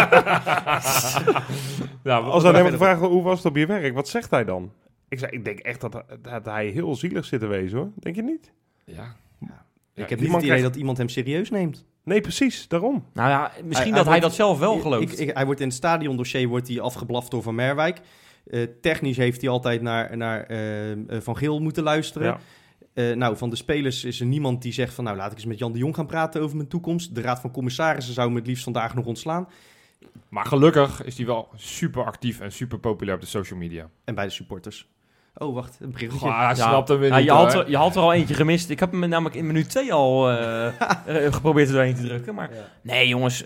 Als aan hem gevraagd hoe was het op je werk, wat zegt hij dan? Ik denk echt dat hij heel zielig zit te wezen, hoor. Denk je niet? Ja. Ik heb niet het idee dat iemand hem serieus neemt. Nee, precies. Daarom. Nou ja, misschien hij dat zelf wel gelooft. Hij wordt in het stadiondossier afgeblaft door Van Merwijk. Technisch heeft hij altijd naar Van Geel moeten luisteren. Ja. Van de spelers is er niemand die zegt van... laat ik eens met Jan de Jong gaan praten over mijn toekomst. De Raad van Commissarissen zou me het liefst vandaag nog ontslaan. Maar gelukkig is hij wel super actief en super populair op de social media. En bij de supporters. Oh, wacht, een berichtje. Hij snapt hem weer niet. Je had er al eentje gemist. Ik heb hem namelijk in minuut 2 al geprobeerd er doorheen te drukken. Maar nee, jongens...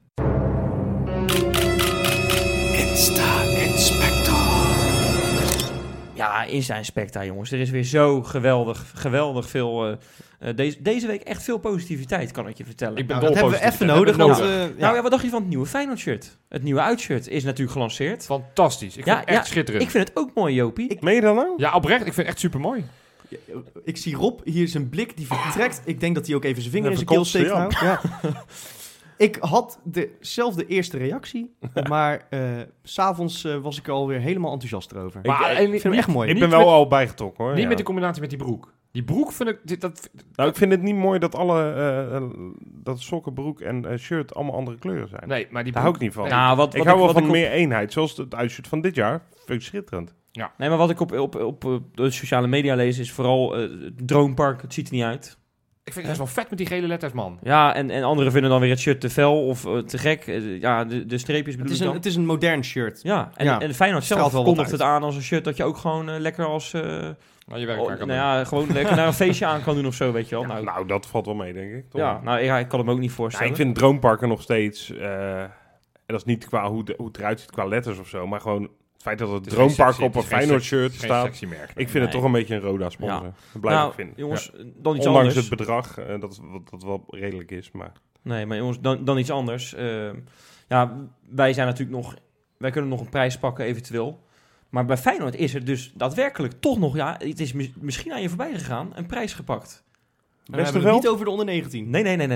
Ja, Insta-Inspecta, jongens. Er is weer zo geweldig veel... Deze week echt veel positiviteit, kan ik je vertellen. Ik ben dat hebben we even nodig. Want, wat dacht je van het nieuwe Feyenoord-shirt? Het nieuwe uitshirt is natuurlijk gelanceerd. Fantastisch. Ik vind het echt schitterend. Ik vind het ook mooi, Jopie. Meen je dat nou? Ja, oprecht. Ik vind het echt super mooi. Ik zie Rob, hier zijn blik, die vertrekt. Ik denk dat hij ook even zijn vinger in zijn keel steekt. Ja. Ik had dezelfde eerste reactie, maar 's avonds was ik er alweer helemaal enthousiast erover. Maar ik vind hem echt mooi. Ik ben wel al bijgetrokken, hoor. Niet met de combinatie met die broek. Die broek vind ik... ik vind het niet mooi dat dat sokken, broek en shirt allemaal andere kleuren zijn. Nee, maar die daar hou ik niet van. Nou, ik hou wel van meer eenheid, zoals het uitshirt van dit jaar. Vind ik schitterend. Ja. Nee, maar wat ik op de sociale media lees is vooral het Droompark. Het ziet er niet uit. Ik vind het best wel vet met die gele letters, man. Ja, en anderen vinden dan weer het shirt te fel of te gek. De streepjes bedoel ik dan. Het is een modern shirt. Ja, en Feyenoord zelf kondigt het aan als een shirt dat je ook gewoon lekker als... je werk kan doen. Ja, gewoon lekker naar een feestje aan kan doen of zo, weet je wel. Nou, dat valt wel mee, denk ik. Toch? Ja, ik kan hem ook niet voorstellen. Ik vind Droomparken nog steeds... en dat is niet qua hoe het eruit ziet qua letters of zo, maar gewoon het feit dat het Droompark op een Feyenoord shirt staat. Ik vind het toch een beetje een Roda sponsor. Ja. Dat blijf ik vinden. Jongens, dan iets ondanks anders. het bedrag, dat wel redelijk is, maar... Nee, maar jongens, dan iets anders. Wij zijn natuurlijk nog... Wij kunnen nog een prijs pakken eventueel. Maar bij Feyenoord is er dus daadwerkelijk toch nog... Ja, het is misschien aan je voorbij gegaan. Een prijs gepakt. We hebben het niet over de onder 19.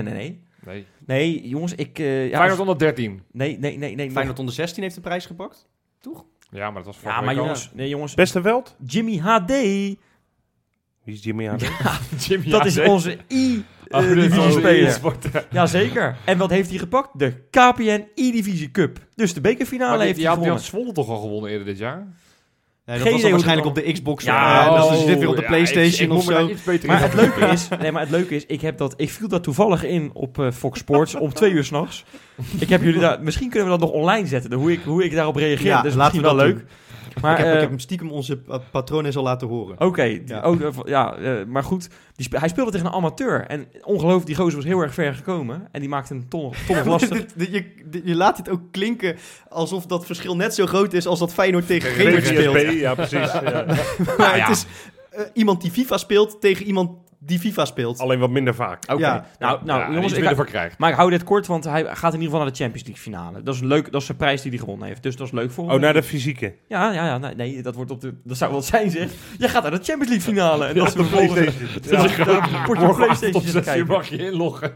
Nee, jongens, Feyenoord onder 13. Nee. Feyenoord onder 16 heeft de prijs gepakt. Toch? Ja, maar dat was Ja, maar jongens... Beste veld? Jimmy HD. Wie is Jimmy HD? Jimmy Dat HD. is onze E-divisie-speler. Jazeker. En wat heeft hij gepakt? De KPN E-divisie Cup. Dus de bekerfinale heeft hij gewonnen. Die had Zwolle toch al gewonnen eerder dit jaar? Nee, dat was dan waarschijnlijk op de Xbox. Ja, dit weer op de PlayStation of zo. Maar het leuke is, ik viel daar toevallig in op Fox Sports om 2 uur 's nachts. Ik heb jullie daar, misschien kunnen we dat nog online zetten, hoe ik daarop reageer. Ja, dat is laten misschien we wel dat leuk. Maar, ik heb hem stiekem onze patroon al laten horen. Oké, maar goed. Hij speelde tegen een amateur. En ongelooflijk, die gozer was heel erg ver gekomen. En die maakte hem toch nog lastig. Je laat dit ook klinken alsof dat verschil net zo groot is als dat Feyenoord tegen Genk speelt. Ja, precies. Ja. Maar het is iemand die FIFA speelt tegen iemand die FIFA speelt. Alleen wat minder vaak. Oké. Ja. Nou, jongens, minder krijgt. maar ik hou dit kort, want hij gaat in ieder geval naar de Champions League finale. Dat is leuk, dat is de prijs die hij gewonnen heeft. Dus dat is leuk voor hem. Oh, naar de fysieke. Ja. Nee, dat wordt dat zou wel zijn, zeg. Jij gaat naar de Champions League finale. En dat is de PlayStation. PlayStation Tot 6 uur kijken. mag je inloggen.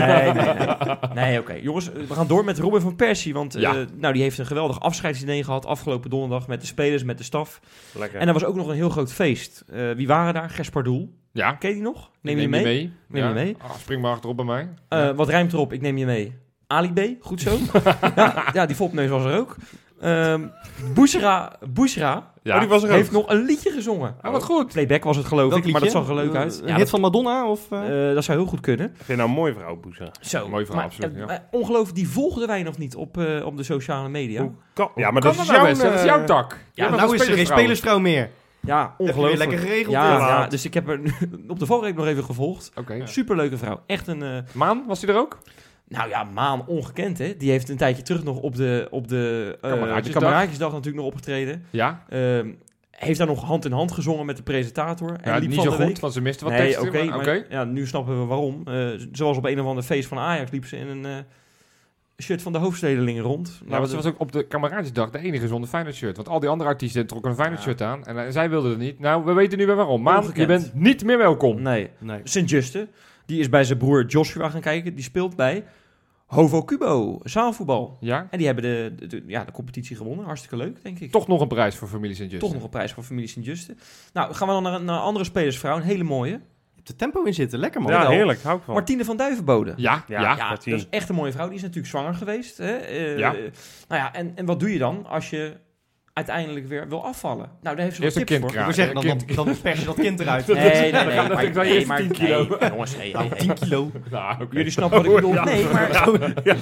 Nee, oké. Jongens, we gaan door met Robin van Persie. Want die heeft een geweldig afscheidsdiner gehad afgelopen donderdag met de spelers, met de staf. Lekker. En er was ook nog een heel groot feest. Wie waren daar? Gespardoel. Ja. Ken je die nog? Neem je mee? Neem je mee? Spring maar achterop bij mij. Wat rijmt erop? Ik neem je mee. Ali B, goed zo. ja, die fopneus was er ook. Bushra die was er heeft ook. nog een liedje gezongen. Wat goed. Playback was het geloof ik, maar dat zag er leuk uit. Een hit van Madonna? Of, dat zou heel goed kunnen. Vind je nou een mooie vrouw, Boesa? Zo, Mooi verhaal, absoluut. Ongelooflijk, die volgden wij nog niet op de sociale media. Ja, maar dat is dat is jouw tak. Ja, nou is er geen spelersvrouw meer. Ja, Heb je ongelooflijk. weer lekker geregeld. Ja, dus ik heb er op de valreep nog even gevolgd. Oké. Superleuke vrouw. Echt een... Maan, was die er ook? Nou ja, Maan ongekend, hè. Die heeft een tijdje terug nog op de Kameraadjesdag natuurlijk nog opgetreden. Ja. Heeft daar nog hand in hand gezongen met de presentator. En liep niet van zo de goed, week. want ze miste wat Nee, teksten. oké. Ja, nu snappen we waarom. Zoals op een of ander feest van Ajax liep ze in een shirt van de hoofdstedelingen rond. Ja, ze was ook op de Kameraadjesdag de enige zonder Feyenoord shirt. Want al die andere artiesten trokken een Feyenoord shirt aan. En zij wilden het niet. Nou, we weten nu weer waarom. Maan, je bent niet meer welkom. Nee. Sint-Juste, die is bij zijn broer Joshua gaan kijken. Die speelt bij Hovo Cubo, zaalvoetbal. Ja. En die hebben de competitie gewonnen. Hartstikke leuk, denk ik. Toch nog een prijs voor familie Sint-Juste. Toch nog een prijs voor familie Sint-Juste. Nou, gaan we dan naar een andere spelersvrouw. Een hele mooie. Je hebt er tempo in zitten. Lekker, man. Ja, heerlijk. Hou ik van. Martine van Duivenbode. Ja, dat is echt een mooie vrouw. Die is natuurlijk zwanger geweest. Hè? En wat doe je dan als je uiteindelijk weer wil afvallen? Nou, daar heeft ze wel tips voor. Ik wil zeggen, dan pers je dat kind eruit. Nee, maar 10 kilo. Jongens, 10 kilo. Jullie snappen wat ik bedoel. Nee, maar...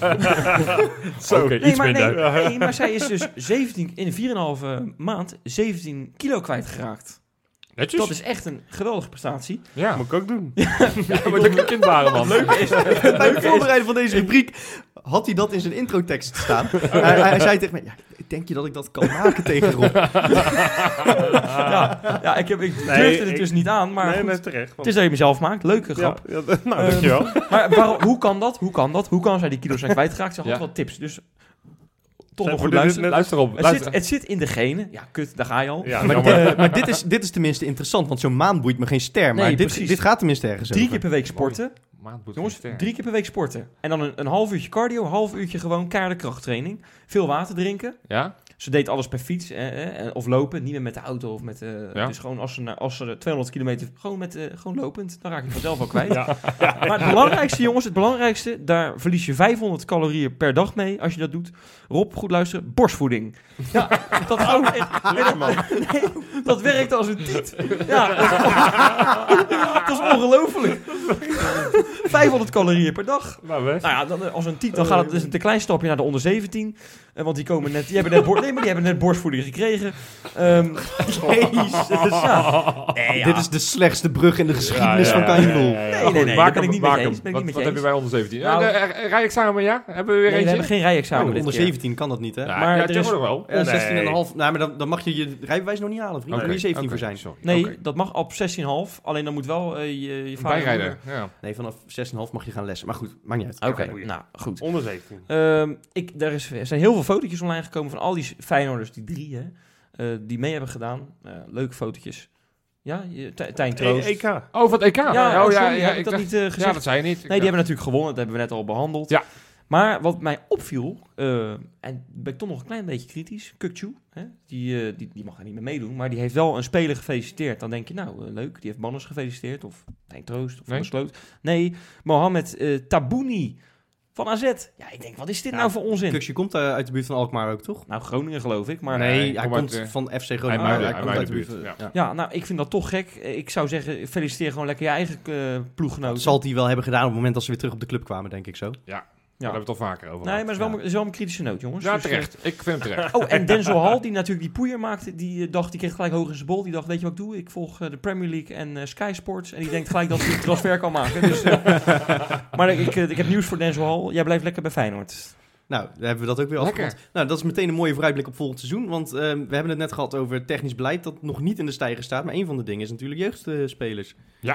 Nee, maar zij is dus 17 in 4,5 maand 17 kilo kwijtgeraakt. Netjes. Dat is echt een geweldige prestatie. Ja, moet ik ook doen. Maar dat kind waren, man. Bij het voorbereiden van deze rubriek had hij dat in zijn introtekst staan. Hij zei tegen mij, denk je dat ik dat kan maken tegen Rob? Ik durfde het dus niet aan, maar nee, terecht. Het is dat je mezelf maakt. Leuke grap. Ja, nou, dankjewel. Maar hoe kan dat? Hoe kan zij die kilo's zijn kwijtgeraakt? Ze had wel tips, dus... Toch nog goed luisteren. Luister op. Het zit in de genen. Ja, kut, daar ga je al. Ja, maar dit is tenminste interessant, want zo'n maan boeit me geen ster. Maar dit gaat tenminste ergens 3 keer per week sporten. Jongens, 3 keer per week sporten. En dan een half uurtje cardio, een half uurtje gewoon keiharde krachttraining. Veel water drinken. Ja? Ze deed alles per fiets of lopen, niet meer met de auto of met... Dus gewoon als ze 200 kilometer, gewoon lopend, dan raak je vanzelf wel kwijt. Maar het belangrijkste, jongens, daar verlies je 500 calorieën per dag mee als je dat doet. Rob, goed luisteren, borstvoeding. Ja, dat gewoon... dat werkt als een tiet. Ja, dat is ongelooflijk. 500 calorieën per dag. Nou ja, dan, als een tiet, dan gaat het dus een klein stapje naar de onder 17. Want die komen net, die hebben net borstvoeding gekregen. Jezus, ja. Dit is de slechtste brug in de geschiedenis van Kanjeloel. Nee, daar ben ik niet mee eens. Wat heb je bij onder 17? Rijexamen, ja? Hebben we weer eentje? We hebben geen rijexamen. Onder 17 kan dat niet, hè? Maar er is wel. 16,5. Nou, maar dan mag je rijbewijs nog niet halen, vriend. Daar moet je 17 voor zijn. Nee, dat mag op 16,5. Alleen dan moet wel je vader... Bijrijden, Nee, vanaf 6,5 mag je gaan lessen. Maar goed, maakt niet uit. Oké, nou, goed. Onder 17. Er zijn heel veel fotootjes online gekomen van al die Feyenoorders, die 3, die mee hebben gedaan. Leuke fotootjes. Ja, Tijn Troost. EK. Oh, van het EK? Ja, heb ik dat niet gezegd? Ja, dat zei je niet. Nee, die hebben natuurlijk gewonnen. Dat hebben we net al behandeld. Ja. Maar wat mij opviel, en ben ik toch nog een klein beetje kritisch, Kukçu, die mag er niet meer meedoen, maar die heeft wel een speler gefeliciteerd. Dan denk je, nou, leuk, die heeft Banners gefeliciteerd, of Tijn Troost, of Van der Sloot. Nee, Mohamed Tabouni van AZ. Ja, ik denk, wat is dit nou voor onzin? Kukçu komt uit de buurt van Alkmaar ook, toch? Nou, Groningen geloof ik, maar... Nee, hij komt van FC Groningen. Hij komt uit de buurt. Ja, nou, ik vind dat toch gek. Ik zou zeggen, feliciteer gewoon lekker je eigen ploeggenoten. Dat zal hij wel hebben gedaan op het moment dat ze weer terug op de club kwamen, denk ik zo. Ja. Daar hebben we het al vaker over. Nee, maar het is wel een kritische noot, jongens. Ja, dus terecht. Ik vind hem terecht. Oh, en Denzel Hall, die natuurlijk die poeier maakte, die kreeg gelijk hoog in zijn bol. Die dacht, weet je wat ik doe? Ik volg de Premier League en Sky Sports. En die denkt gelijk dat hij een transfer kan maken. Dus, maar ik heb nieuws voor Denzel Hall. Jij blijft lekker bij Feyenoord. Nou, daar hebben we dat ook weer afgerond. Nou, dat is meteen een mooie vooruitblik op volgend seizoen. Want we hebben het net gehad over technisch beleid dat nog niet in de stijger staat. Maar een van de dingen is natuurlijk jeugdspelers.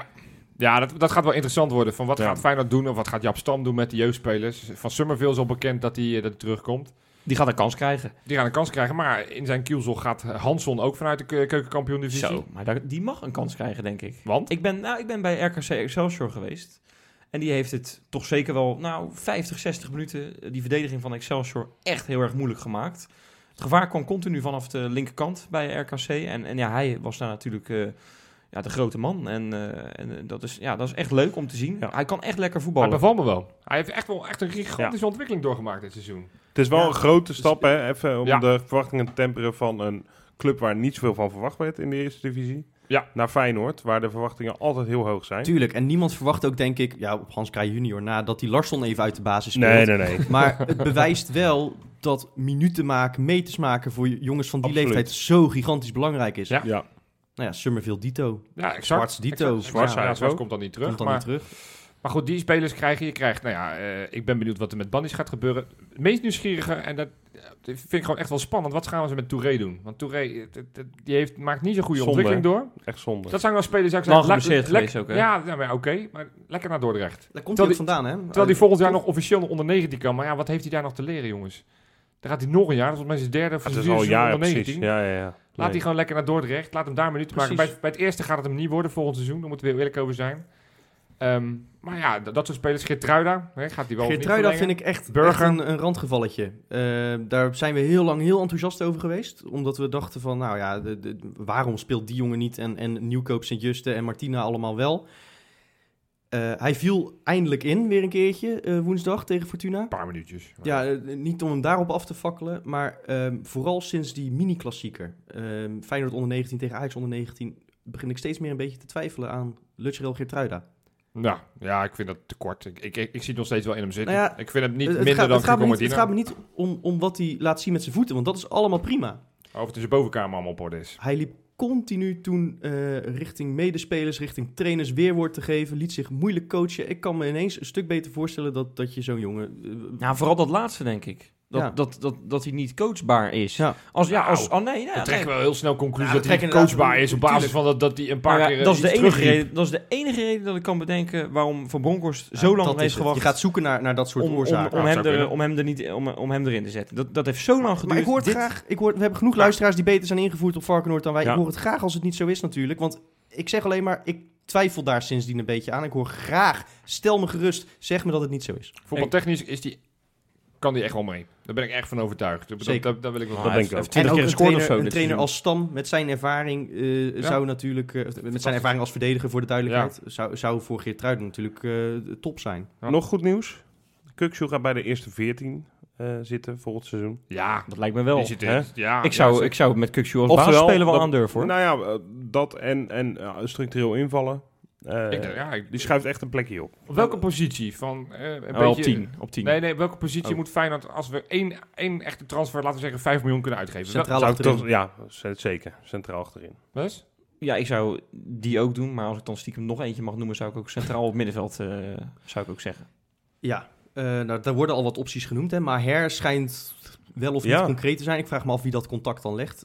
Ja, dat gaat wel interessant worden. Van wat gaat Feyenoord doen of wat gaat Jaap Stam doen met de jeugdspelers? Van Summerville is al bekend dat hij terugkomt. Die gaat een kans krijgen. Maar in zijn kielzog gaat Hansson ook vanuit de keukenkampioen-divisie. Zo, maar die mag een kans krijgen, denk ik. Want? Ik ben bij RKC Excelsior geweest. En die heeft het toch zeker wel 50, 60 minuten die verdediging van Excelsior echt heel erg moeilijk gemaakt. Het gevaar kwam continu vanaf de linkerkant bij RKC. En ja, hij was daar natuurlijk... de grote man. En dat is echt leuk om te zien. Ja. Hij kan echt lekker voetballen. Hij bevalt me wel. Hij heeft echt een gigantische ontwikkeling doorgemaakt dit seizoen. Het is wel een grote stap, hè? Even om de verwachtingen te temperen van een club waar niet zoveel van verwacht werd in de eerste divisie. Ja. Naar Feyenoord, waar de verwachtingen altijd heel hoog zijn. Tuurlijk, en niemand verwacht ook, denk ik, op Hans Kraaij junior na, dat die Larsson even uit de basis speelt. Nee. Maar het bewijst wel dat minuten maken, meters maken voor jongens van die leeftijd zo gigantisch belangrijk is. Ja. Nou ja, Summerville dito. Ja, exact. Zwarts dito. Zwarts komt dan niet terug. Maar goed, die spelers je krijgt, ik ben benieuwd wat er met Bannis gaat gebeuren. Het meest nieuwsgierige, en dat vind ik gewoon echt wel spannend, wat gaan ze met Touré doen? Want Touré, die maakt niet zo'n goede ontwikkeling door. Echt zonde. Dat zijn wel spelers, lang geblesseerd geweest ook, hè? Ja, maar oké, maar lekker naar Dordrecht. Daar komt hij ook vandaan, hè? Terwijl hij volgend jaar nog officieel onder 19 kan. Maar ja, wat heeft hij daar nog te leren, jongens? Dan gaat hij nog een jaar, dat is volgens mij zijn derde of vierde onder 19. Ja. Laat hij gewoon lekker naar Dordrecht. Laat hem daar minuten maken. Bij het eerste gaat het hem niet worden volgend seizoen. Daar moeten we heel eerlijk over zijn. Maar ja, dat soort spelers. Geertruida, gaat hij wel Geertruida vind ik echt een randgevalletje. Daar zijn we heel lang heel enthousiast over geweest. Omdat we dachten van, waarom speelt die jongen niet en Nieuwkoop, Sint-Juste en Martina allemaal wel? Hij viel eindelijk in, weer een keertje, woensdag tegen Fortuna. Een paar minuutjes. Ja, niet om hem daarop af te fakkelen, maar vooral sinds die mini-klassieker. Feyenoord onder 19 tegen Ajax onder 19 begin ik steeds meer een beetje te twijfelen aan Lucharel Geertruida. Ja, ik vind dat te kort. Ik zie het nog steeds wel in hem zitten. Nou ja, ik vind het niet minder dan Martina. Het gaat me niet om wat hij laat zien met zijn voeten, want dat is allemaal prima. Of het in zijn bovenkamer allemaal op orde is. Hij liep continu toen richting medespelers, richting trainers weerwoord te geven. Liet zich moeilijk coachen. Ik kan me ineens een stuk beter voorstellen dat je zo'n jongen... vooral dat laatste, denk ik. Dat hij niet coachbaar is. Ja. Dan trekken we heel snel conclusie dat hij niet coachbaar is op basis van dat hij een paar keer dat is de enige reden dat ik kan bedenken waarom Van Bronckhorst zo lang heeft gewacht. Je gaat zoeken naar dat soort oorzaken. Om hem erin te zetten. Dat heeft zo lang geduurd. Maar ik hoor het graag. We hebben genoeg luisteraars die beter zijn ingevoerd op Varkenoord dan wij. Ja. Ik hoor het graag als het niet zo is natuurlijk. Want ik zeg alleen maar, ik twijfel daar sindsdien een beetje aan. Ik hoor graag, stel me gerust, zeg me dat het niet zo is. Voetbaltechnisch is die kan die echt wel mee. Daar ben ik echt van overtuigd. Zeker. Daar wil ik wel. Dat denk ik ook. 20 keer gescoord of zo. Een dit trainer seizoen. als Stam met zijn ervaring zou natuurlijk... met zijn ervaring als verdediger voor de duidelijkheid... Zou voor Geertruiden natuurlijk top zijn. Ja. Nog goed nieuws. Kukçu gaat bij de eerste 14 zitten volgend seizoen. Ja, Dat lijkt me wel. Ik zou met Kukçu als basisspeler wel aandurven, hoor. Nou ja, dat en structureel invallen. Die schuift echt een plekje op. Op welke positie? Van, Op 10. Nee, welke positie moet Feyenoord, als we één echte transfer, laten we zeggen, 5 miljoen kunnen uitgeven? Centraal achterin. Zeker. Centraal achterin. Wat? Ja, ik zou die ook doen. Maar als ik dan stiekem nog eentje mag noemen, zou ik ook centraal op middenveld zou ik ook zeggen. Ja, daar worden al wat opties genoemd. Hè, maar Her schijnt wel of niet concreet te zijn. Ik vraag me af wie dat contact dan legt.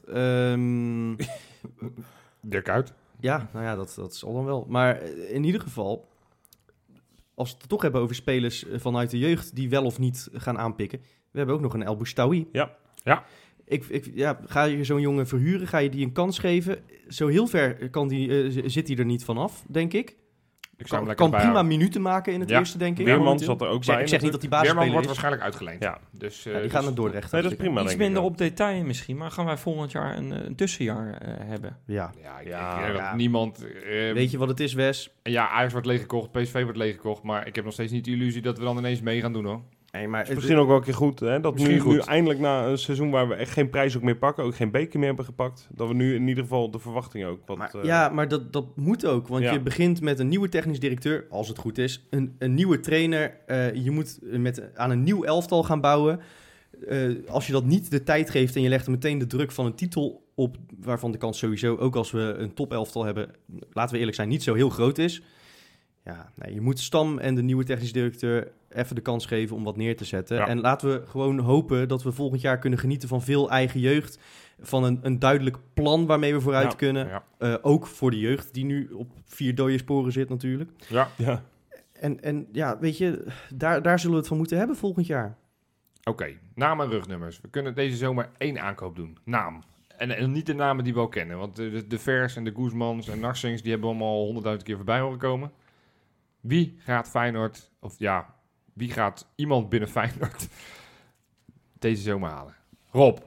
Dirk Uit. Ja, nou ja, dat zal dan wel. Maar in ieder geval, als we het toch hebben over spelers vanuit de jeugd die wel of niet gaan aanpikken. We hebben ook nog een El Boustaoui. Ja. Ga je zo'n jongen verhuren? Ga je die een kans geven? Zo heel ver zit hij er niet vanaf, denk ik. Kan prima minuten maken in het eerste, denk ik. Weerman zat er ook bij. Ik zeg niet dat die basisspeler Weerman wordt is. waarschijnlijk uitgeleend. Ja. Dus, die gaan naar Dordrecht. Nee, dat is prima. Iets minder op detail misschien, maar gaan wij volgend jaar een tussenjaar hebben? Ja. Ik denk dat niemand... Weet je wat het is, Wes? Ja, Ajax wordt leeggekocht, PSV wordt leeggekocht, maar ik heb nog steeds niet de illusie dat we dan ineens mee gaan doen, hoor. Nee, maar het is misschien ook wel een keer goed, hè? Dat nu eindelijk na een seizoen waar we echt geen prijs ook meer pakken, ook geen beker meer hebben gepakt, dat we nu in ieder geval de verwachting ook wat... Maar dat moet ook, want je begint met een nieuwe technisch directeur, als het goed is, een nieuwe trainer, je moet aan een nieuw elftal gaan bouwen. Als je dat niet de tijd geeft en je legt er meteen de druk van een titel op, waarvan de kans sowieso, ook als we een topelftal hebben, laten we eerlijk zijn, niet zo heel groot is. Ja, nee, je moet Stam en de nieuwe technisch directeur even de kans geven om wat neer te zetten. Ja. En laten we gewoon hopen dat we volgend jaar kunnen genieten van veel eigen jeugd. Van een duidelijk plan waarmee we vooruit kunnen. Ja. Ook voor de jeugd die nu op 4 dode sporen zit natuurlijk. Ja. En weet je, daar zullen we het van moeten hebben volgend jaar. Oké, naam en rugnummers. We kunnen deze zomer 1 aankoop doen. Naam. En niet de namen die we al kennen. Want de Vers en de Guzmans en Narsings, die hebben allemaal 100.000 keer voorbij horen komen. Wie gaat Feyenoord, wie gaat iemand binnen Feyenoord deze zomer halen? Rob.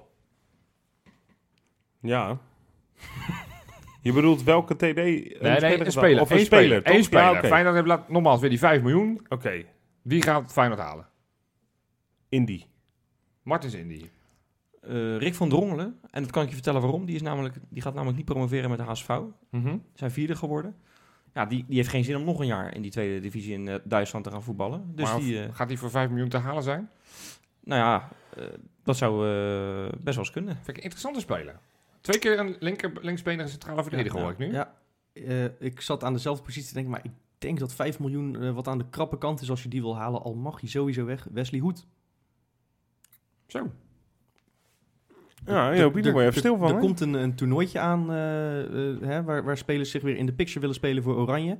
Ja. Je bedoelt welke TD? Een speler. Of een speler. Eén speler. Ja, okay. Feyenoord heeft nogmaals weer die 5 miljoen. Oké. Wie gaat Feyenoord halen? Indy. Martens Indy. Rick van Drongelen. En dat kan ik je vertellen waarom. Die gaat namelijk niet promoveren met de HSV. Zijn 4e geworden. Ja, die heeft geen zin om nog een jaar in die tweede divisie in Duitsland te gaan voetballen. Dus gaat die voor 5 miljoen te halen zijn? Nou ja, dat zou best wel eens kunnen. Vind ik een interessante speler. 2 keer een linksbenige centrale verdediger hoor ik nu. Ja, ik zat aan dezelfde positie te denken, maar ik denk dat 5 miljoen wat aan de krappe kant is als je die wil halen. Al mag hij sowieso weg. Wesley Hoed. Zo. Ja, je moet even stil van. Er komt een toernooitje aan waar spelers zich weer in de picture willen spelen voor Oranje.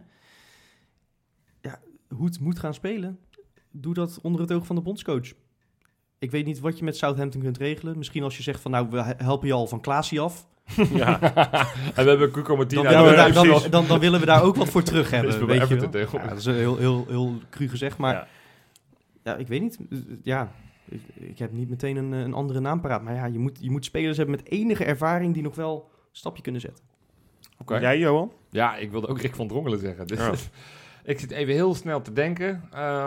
Ja, Hoed moet gaan spelen. Doe dat onder het oog van de bondscoach. Ik weet niet wat je met Southampton kunt regelen. Misschien als je zegt van, we helpen je al van Klaasie af. Ja. En we hebben Cuco Martina. Dan willen we daar ook wat voor terug hebben. Weet je wel? Ja, dat is heel cru gezegd, maar ja, ik weet niet. Ja, ik heb niet meteen een andere naam paraat. Maar ja, je moet spelers hebben met enige ervaring die nog wel een stapje kunnen zetten. Okay. Jij, Johan? Ja, ik wilde ook Rick van Drongelen zeggen. Dus ik zit even heel snel te denken.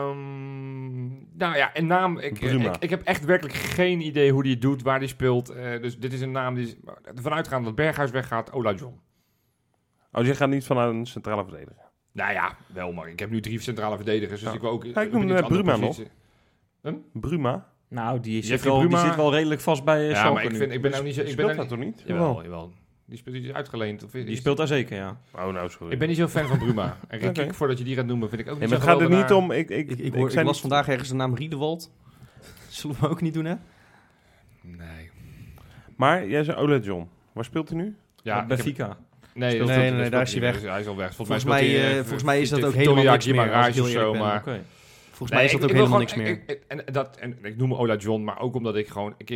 Nou ja, een naam. Ik heb echt werkelijk geen idee hoe die het doet, waar die speelt. Dus dit is een naam die ervan uitgaat dat Berghuis weggaat. Ola John. Oh, je gaat niet vanuit een centrale verdediger? Nou ja, wel, maar ik heb nu 3 centrale verdedigers. Dus ik wil ook... ik noem Bruma nog. Bruma? Nou, die zit wel redelijk vast bij Schalke. Ja, maar ik ben nou niet zo... Speelt dat toch niet? Jawel. Die is uitgeleend. Die speelt daar zeker, ja. Oh, nou, sorry. Ik ben niet zo fan van Bruma. En Rick, voordat je die gaat noemen, vind ik ook niet zo geweldig. Het gaat er niet om... Ik las vandaag ergens de naam Riedewald. Zullen we ook niet doen, hè? Nee. Maar jij zei Ola John. Waar speelt hij nu? Ja, Benfica. Nee, daar is hij weg. Hij is al weg. Volgens mij is dat ook helemaal niks meer. Of zo, maar... Volgens mij is dat ook helemaal niks meer. En ik noem Ola John, maar ook omdat ik gewoon een keer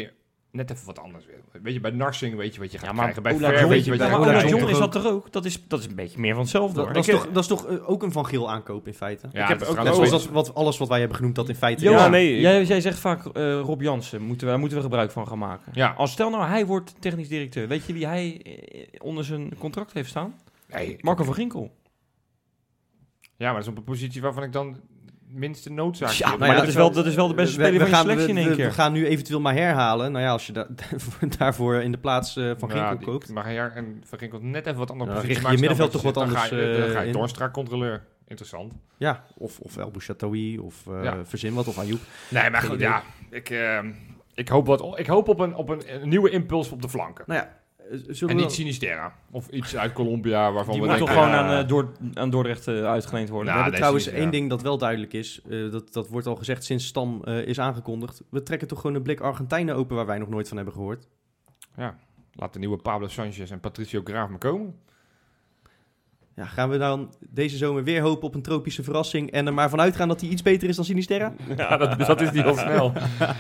net even wat anders wil. Weet je, bij Narsing weet je wat je gaat maar krijgen. Bij Ola Ver John, weet je wat je gaat Ola krijgen. John is dat er ook. Dat is een beetje meer van hetzelfde, hoor. Dat is toch ook een Van Geel aankoop in feite? Ja, ik heb ook Net zoals alles wat wij hebben genoemd dat in feite... Johan, nee. Jij zegt vaak Rob Jansen, moeten we gebruik van gaan maken. Ja. Stel nou, hij wordt technisch directeur. Weet je wie hij onder zijn contract heeft staan? Nee, Marco van Ginkel. Ja, maar dat is op een positie waarvan ik dan minste noodzaak Ja, heb. maar dat is wel de beste speler van je selectie in één keer. We gaan nu eventueel maar herhalen. Nou ja, als je daarvoor in de plaats van Ginkel koopt. Maar en Van Ginkel net even wat andere Ja, positie. richt je middenveld toch wat dan anders Dan ga je in. Toornstra controleur. Interessant. Ja, of El Bouchatoui, of verzin wat, of Ayoub. Nee, maar goed, ja. Ik hoop op een nieuwe impuls op de flanken. Nou ja, En niet Sinisterra. Of iets uit Colombia waarvan Die we moet denken... toch gewoon aan Dordrecht uitgeleend worden. Nou, we hebben trouwens Sinisterra. één ding dat wel duidelijk is. Dat wordt al gezegd sinds Stam is aangekondigd. We trekken toch gewoon een blik Argentijnen open waar wij nog nooit van hebben gehoord. Ja, laat de nieuwe Pablo Sanchez en Patricio Graaf maar komen. Ja, gaan we dan deze zomer weer hopen op een tropische verrassing en er maar vanuit gaan dat hij iets beter is dan Sinisterra? Ja, dat is niet heel snel.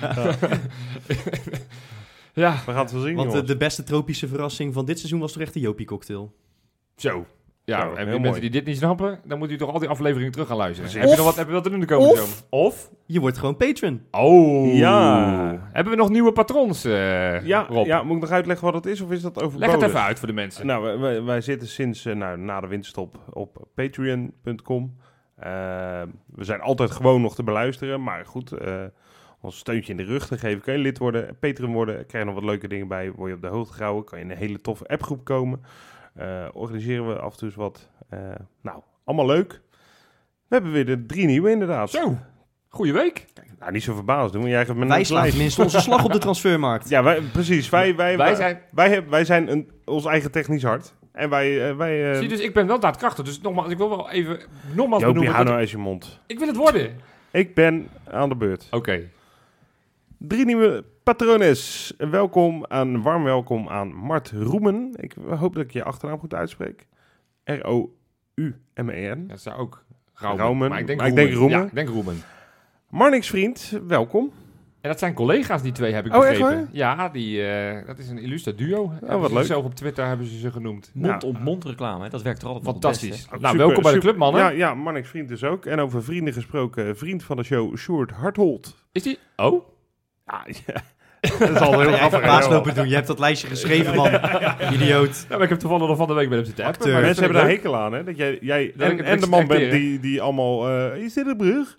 Ja, We gaan het wel zien, Want jongens. de beste tropische verrassing van dit seizoen was toch echt de Jopie-cocktail? zo. Ja, Zo, en heel mensen mooi. die dit niet snappen, dan moet u toch al die afleveringen terug gaan luisteren. Precies. Heb je wat te doen de komende zomer? Of je wordt gewoon patron. Oh. Ja. Hebben we nog nieuwe patrons, Rob? Ja, moet ik nog uitleggen wat het is of is dat Leg overbodig? het even uit voor de mensen. Nou, wij zitten sinds na de winterstop op patreon.com. We zijn altijd gewoon nog te beluisteren, maar goed, ons steuntje in de rug te geven. Kan je lid worden, patron worden, krijg je nog wat leuke dingen bij, word je op de hoogte gehouden, kan je in een hele toffe appgroep komen. Organiseren we af en toe eens wat. Nou, allemaal leuk. We hebben weer de 3 nieuwe inderdaad. Zo, goeie week. Nou, niet zo verbaasd doen, jij gaat met Wij een slaan lijst. tenminste onze slag op de transfermarkt. Ja, precies. Wij zijn... zijn ons eigen technisch hart. En wij Zie, dus ik ben wel daadkrachtig. Dus nogmaals, ik wil wel even nogmaals Jopie, benoemen... hou dat nou eens je mond. ik wil het worden. Ik ben aan de beurt. Oké. 3 nieuwe patrones. Warm welkom aan Mart Roemen. Ik hoop dat ik je achternaam goed uitspreek. R-O-U-M-E-N. Dat zou ook Raumen. Maar ik denk Maar ik Roemen. denk Roemen. Ja, ik denk Roemen. Marnix vriend, welkom. En dat zijn collega's, die twee, heb ik Oh, echt begrepen. waar? Ja, dat is een illustre duo. wat leuk. Zelf op Twitter hebben ze genoemd. Mond-op-mond reclame, hè? Dat werkt er altijd nog het Fantastisch. beste. Nou, Super, welkom bij de super. club, mannen. Ja, Marnix vriend dus ook. En over vrienden gesproken, vriend van de show, Sjoerd Harthold. Is die... Oh? Ja. Dat is al heel grappig. Baas lopen doen. Je hebt dat lijstje geschreven, man. Idioot. Ja, maar ik heb toevallig nog van de week met hem zitten appen. Acteur. Maar Mensen dat hebben vind daar ik hekel aan, hè? Dat jij Dat ik het en de man bent acteren. die allemaal... is dit een brug?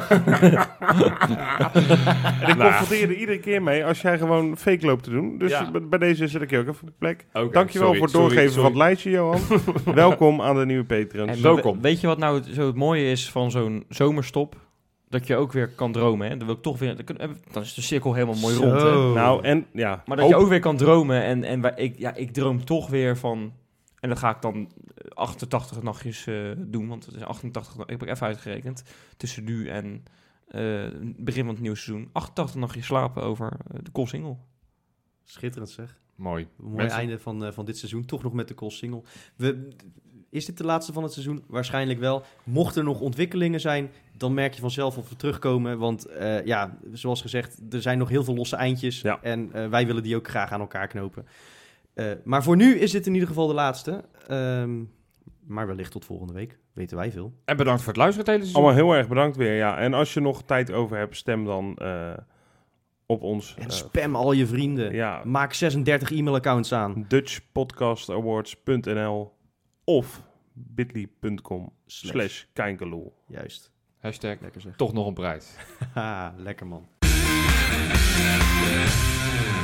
En ik Nou. confronteer er iedere keer mee als jij gewoon fake loopt te doen. Dus Ja. bij deze zet ik je ook even op de plek. leuk. Oké, Dankjewel sorry, voor het doorgeven sorry. van het lijstje, Johan. Welkom aan de nieuwe patrons. En Welkom. Weet je wat nou het mooie is van zo'n zomerstop? Dat je ook weer kan dromen, hè? Dan wil ik toch weer... Dan is de cirkel helemaal mooi rond, hè? Nou, en ja... Maar dat je ook weer kan dromen. Ik droom toch weer van... En dat ga ik dan 88 nachtjes doen. Want het is 88... Ik heb ik even uitgerekend. Tussen nu en begin van het nieuwe seizoen. 88 nachtjes slapen over de Koolsingel. Schitterend, zeg. Mooi. Mooi Mensen- einde van dit seizoen. Toch nog met de Single. Is dit de laatste van het seizoen? Waarschijnlijk wel. Mochten er nog ontwikkelingen zijn, dan merk je vanzelf of we terugkomen. Want zoals gezegd, er zijn nog heel veel losse eindjes. Ja. En wij willen die ook graag aan elkaar knopen. Maar voor nu is dit in ieder geval de laatste. Maar wellicht tot volgende week. Weten wij veel. En bedankt voor het luisteren het hele seizoen. Allemaal heel erg bedankt weer, ja. En als je nog tijd over hebt, stem dan op ons. En spam al je vrienden. Ja, Maak 36 e-mailaccounts aan. dutchpodcastawards.nl of bit.ly.com/kijkeloel. Juist. Hashtag Lekker zeg. toch nog een prijs. Haha, lekker man.